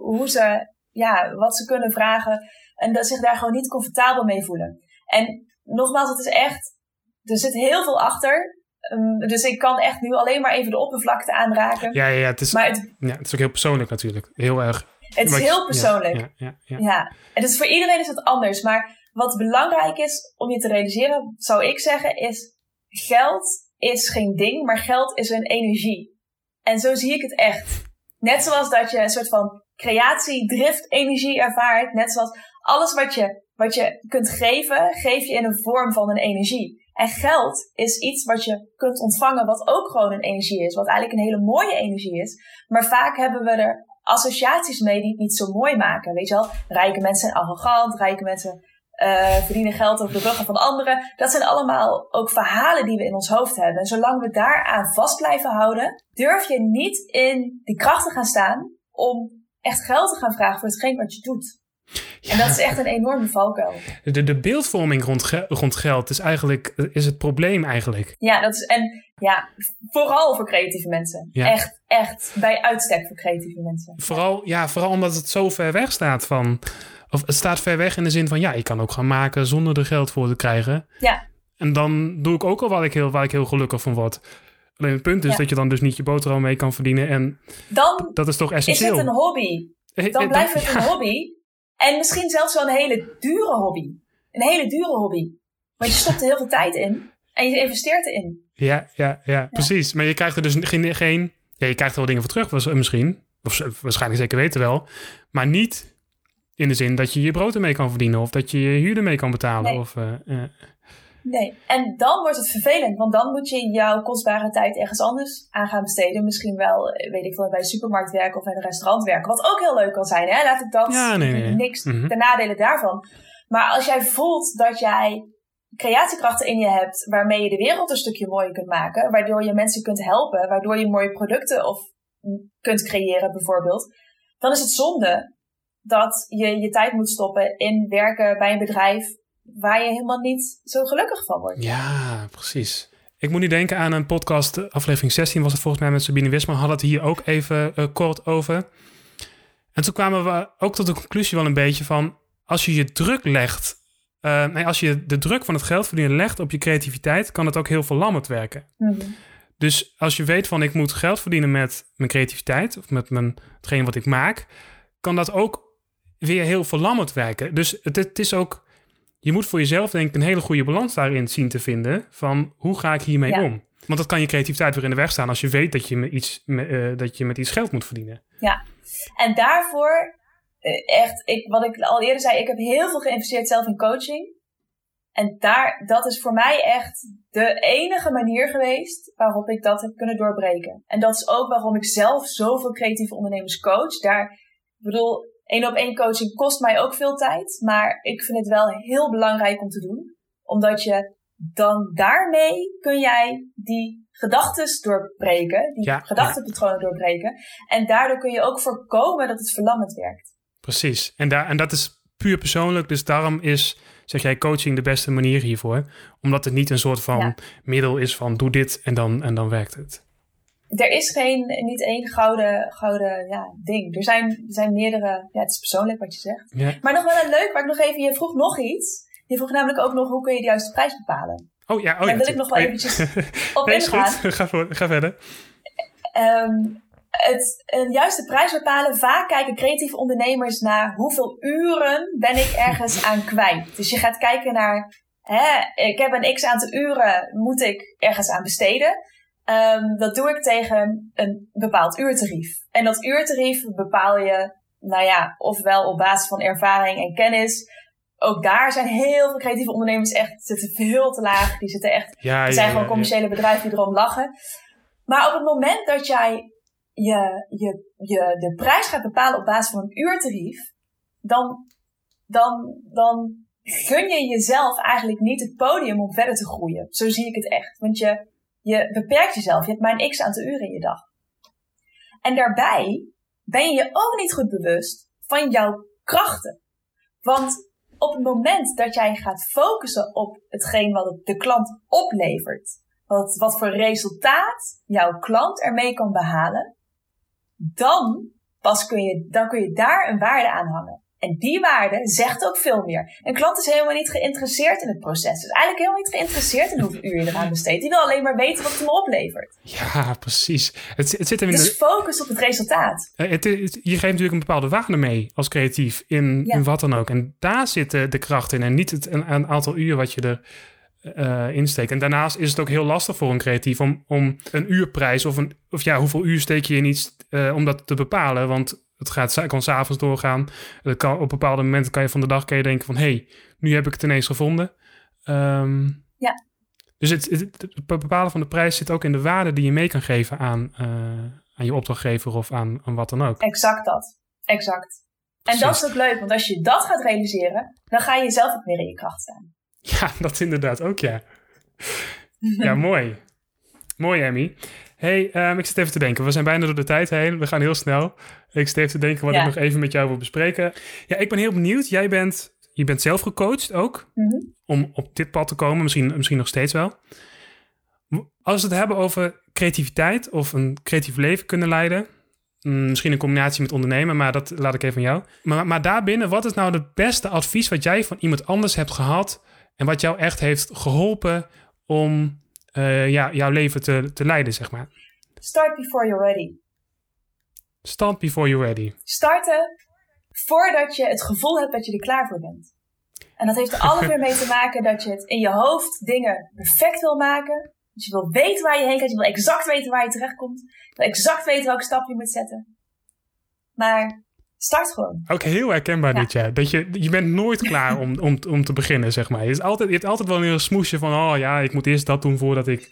wat ze kunnen vragen en dat zich daar gewoon niet comfortabel mee voelen. En nogmaals, het is echt, er zit heel veel achter. Dus ik kan echt nu alleen maar even de oppervlakte aanraken. Ja, het is ook heel persoonlijk natuurlijk. Heel erg. Het is heel persoonlijk. Ja. En dus voor iedereen is het anders. Maar wat belangrijk is om je te realiseren, zou ik zeggen, is geld is geen ding, maar geld is een energie. En zo zie ik het echt. Net zoals dat je een soort van creatie-drift-energie ervaart. Net zoals alles wat je kunt geven, geef je in een vorm van een energie. En geld is iets wat je kunt ontvangen wat ook gewoon een energie is. Wat eigenlijk een hele mooie energie is. Maar vaak hebben we er associaties mee die het niet zo mooi maken. Weet je wel, rijke mensen zijn arrogant, rijke mensen verdienen geld over de ruggen van anderen. Dat zijn allemaal ook verhalen die we in ons hoofd hebben. En zolang we daaraan vast blijven houden, durf je niet in die kracht te gaan staan om echt geld te gaan vragen voor hetgeen wat je doet. Ja. En dat is echt een enorme valkuil. De beeldvorming rond geld is het probleem eigenlijk. Ja, vooral voor creatieve mensen. Ja. Echt bij uitstek voor creatieve mensen. Vooral omdat het zo ver weg staat van... Of het staat ver weg in de zin van... Ja, ik kan ook gaan maken zonder er geld voor te krijgen. Ja. En dan doe ik ook al waar ik heel gelukkig van word. Alleen het punt is dat je dan dus niet je boterham mee kan verdienen. En dan dat is toch essentieel. Is het een hobby. Dan blijft het een hobby. En misschien zelfs wel een hele dure hobby. Een hele dure hobby. Want je stopt er heel veel tijd in. En je investeert erin. Ja, precies. Maar je krijgt er dus geen... Ja, je krijgt er wel dingen voor terug misschien. of waarschijnlijk zeker weten wel, maar niet in de zin dat je je brood ermee kan verdienen of dat je je huur ermee kan betalen. Nee. Nee, en dan wordt het vervelend, want dan moet je jouw kostbare tijd ergens anders aan gaan besteden. Misschien wel, weet ik veel, bij een supermarkt werken of bij een restaurant werken. Wat ook heel leuk kan zijn, hè? Laat ik dat, niks ten nadele daarvan. Maar als jij voelt dat jij creatiekrachten in je hebt waarmee je de wereld een stukje mooier kunt maken, waardoor je mensen kunt helpen, waardoor je mooie producten kunt creëren bijvoorbeeld, dan is het zonde dat je je tijd moet stoppen in werken bij een bedrijf waar je helemaal niet zo gelukkig van wordt. Ja, precies. Ik moet nu denken aan een podcast, aflevering 16 was het volgens mij met Sabine Wisma, hadden het hier ook even kort over. En toen kwamen we ook tot de conclusie wel een beetje van, als je je druk legt, als je de druk van het geld verdienen legt op je creativiteit, kan het ook heel verlammend werken. Mm-hmm. Dus als je weet van, ik moet geld verdienen met mijn creativiteit, of met hetgeen wat ik maak, kan dat ook weer heel verlammend werken. Dus het is ook, je moet voor jezelf denk ik een hele goede balans daarin zien te vinden van hoe ga ik hiermee om? Want dat kan je creativiteit weer in de weg staan als je weet dat je met iets geld moet verdienen. Ja, en daarvoor wat ik al eerder zei, ik heb heel veel geïnvesteerd zelf in coaching. En dat is voor mij echt de enige manier geweest waarop ik dat heb kunnen doorbreken. En dat is ook waarom ik zelf zoveel creatieve ondernemers coach. Ik bedoel, 1-op-1 coaching kost mij ook veel tijd. Maar ik vind het wel heel belangrijk om te doen. Omdat je dan daarmee kun jij die gedachtes doorbreken. Die gedachtenpatronen doorbreken. En daardoor kun je ook voorkomen dat het verlammend werkt. Precies. En dat is puur persoonlijk. Dus daarom is, zeg jij, coaching de beste manier hiervoor. Omdat het niet een soort van middel is van doe dit en dan werkt het. Er is niet één gouden ding. Er zijn meerdere, het is persoonlijk wat je zegt. Ja. Maar nog wel een leuk, waar ik nog even, je vroeg nog iets. Je vroeg namelijk ook nog, hoe kun je de juiste prijs bepalen? Daar wil ik nog wel eventjes op ingaan. Goed. Ga verder. Een juiste prijs bepalen. Vaak kijken creatieve ondernemers naar hoeveel uren ben ik ergens aan kwijt. Dus je gaat kijken naar, ik heb een x aantal uren, moet ik ergens aan besteden. Dat doe ik tegen een bepaald uurtarief. En dat uurtarief bepaal je, ofwel op basis van ervaring en kennis. Ook daar zijn heel veel creatieve ondernemers zitten veel te laag. Die zitten echt, er zijn gewoon commerciële bedrijven die erom lachen. Maar op het moment dat jij de prijs gaat bepalen op basis van een uurtarief, dan gun je jezelf eigenlijk niet het podium om verder te groeien. Zo zie ik het echt. Want je beperkt jezelf. Je hebt maar een x aantal uren in je dag. En daarbij ben je je ook niet goed bewust van jouw krachten. Want op het moment dat jij gaat focussen op hetgeen wat de klant oplevert, wat voor resultaat jouw klant ermee kan behalen, dan kun je daar een waarde aan hangen. En die waarde zegt ook veel meer. Een klant is helemaal niet geïnteresseerd in het proces. Is eigenlijk helemaal niet geïnteresseerd in hoeveel uur je eraan besteedt. Die wil alleen maar weten wat het hem oplevert. Ja, precies. Het zit hem dus focus op het resultaat. Je geeft natuurlijk een bepaalde waarde mee als creatief in wat dan ook. En daar zit de kracht in. En niet een aantal uur wat je er insteekt. En daarnaast is het ook heel lastig voor een creatief om een uurprijs of hoeveel uur steek je in iets om dat te bepalen. Want het kan 's avonds doorgaan. Op bepaalde momenten kan je van de dag denken van, nu heb ik het ineens gevonden. Dus het bepalen van de prijs zit ook in de waarde die je mee kan geven aan je opdrachtgever of aan wat dan ook. Exact dat. Exact. Precies. En dat is ook leuk, want als je dat gaat realiseren, dan ga je zelf ook meer in je kracht staan. Ja, dat inderdaad ook, ja. Ja, mooi. Mooi, Emmy. Ik zit even te denken. We zijn bijna door de tijd heen. We gaan heel snel. Ik zit even te denken wat ik nog even met jou wil bespreken. Ja, ik ben heel benieuwd. Je bent zelf gecoacht ook. Mm-hmm. Om op dit pad te komen. Misschien nog steeds wel. Als we het hebben over creativiteit of een creatief leven kunnen leiden. Misschien een combinatie met ondernemen, maar dat laat ik even aan jou. Maar daarbinnen, wat is nou het beste advies wat jij van iemand anders hebt gehad en wat jou echt heeft geholpen om jouw leven te leiden, zeg maar? Start before you're ready. Start before you're ready. Starten voordat je het gevoel hebt dat je er klaar voor bent. En dat heeft er alles weer mee te maken dat je het in je hoofd dingen perfect wil maken. Dus je wil weten waar je heen gaat. Je wil exact weten waar je terechtkomt. Je wil exact weten welke stap je moet zetten. Maar start gewoon. Ook heel herkenbaar dit jaar. Dat je bent nooit klaar om te beginnen, zeg maar. Je hebt altijd wel een smoesje van... ik moet eerst dat doen voordat ik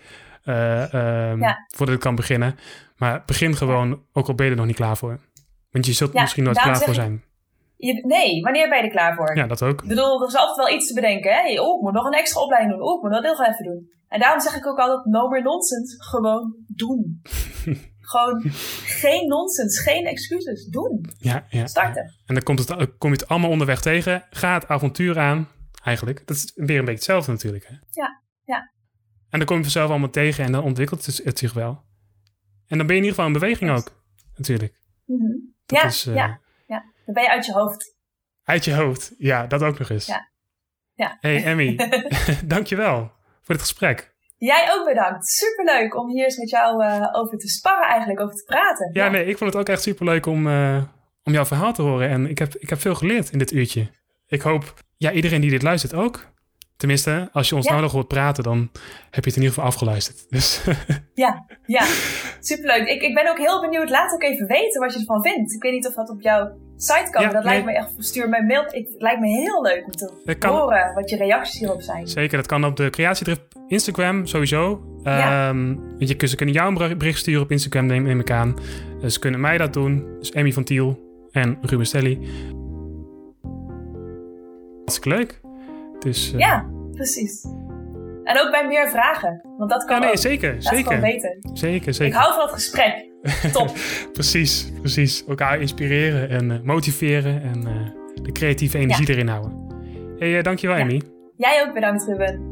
kan beginnen. Maar begin gewoon, ook al ben je er nog niet klaar voor. Want je zult misschien nooit klaar voor zijn. Nee, wanneer ben je er klaar voor? Ja, dat ook. Ik bedoel, er is altijd wel iets te bedenken. Hè? Ik moet nog een extra opleiding doen. Ik moet dat heel even doen. En daarom zeg ik ook altijd, no more nonsense. Gewoon doen. Gewoon geen nonsens, geen excuses. Doen. Ja. Starten. En dan kom je het allemaal onderweg tegen. Ga het avontuur aan. Eigenlijk. Dat is weer een beetje hetzelfde natuurlijk. Hè? Ja. En dan kom je vanzelf allemaal tegen en dan ontwikkelt het zich wel. En dan ben je in ieder geval in beweging ook. Natuurlijk. Mm-hmm. Dan ben je uit je hoofd. Uit je hoofd. Ja, dat ook nog eens. Ja. Hey Emmy, dankjewel voor dit gesprek. Jij ook bedankt. Superleuk om hier eens met jou over te sparren eigenlijk, over te praten. Ja, nee, ik vond het ook echt superleuk om jouw verhaal te horen. En ik heb veel geleerd in dit uurtje. Ik hoop, iedereen die dit luistert ook. Tenminste, als je ons nou nog hoort praten, dan heb je het in ieder geval afgeluisterd. Dus. Ja, superleuk. Ik ben ook heel benieuwd. Laat ook even weten wat je ervan vindt. Ik weet niet of dat op jouw site kan. Lijkt me echt, stuur me een mail. Het lijkt me heel leuk om te horen wat je reacties hierop zijn. Zeker, dat kan op de Creatiedrift Instagram sowieso. Ze kunnen jou een bericht sturen op Instagram, neem ik aan. Ze kunnen mij dat doen. Dus Emmy van Tiel en Ruben Stelly. Hartstikke leuk. Dus, ja, precies. En ook bij meer vragen. Want dat kan ook. Zeker. Dat is gewoon beter. Zeker. Ik hou van het gesprek. Top. Precies. Elkaar inspireren en motiveren. En de creatieve energie erin houden. Hey, dankjewel Emmy. Jij ook bedankt Ruben.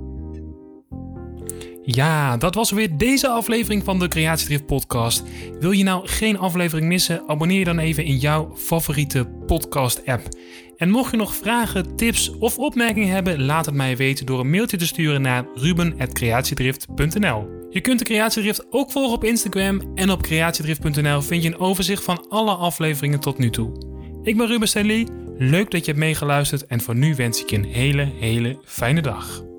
Ja, dat was weer deze aflevering van de Creatiedrift podcast. Wil je nou geen aflevering missen? Abonneer je dan even in jouw favoriete podcast app. En mocht je nog vragen, tips of opmerkingen hebben, laat het mij weten door een mailtje te sturen naar ruben@creatiedrift.nl. Je kunt de Creatiedrift ook volgen op Instagram en op creatiedrift.nl vind je een overzicht van alle afleveringen tot nu toe. Ik ben Ruben Stelly, leuk dat je hebt meegeluisterd en voor nu wens ik je een hele fijne dag.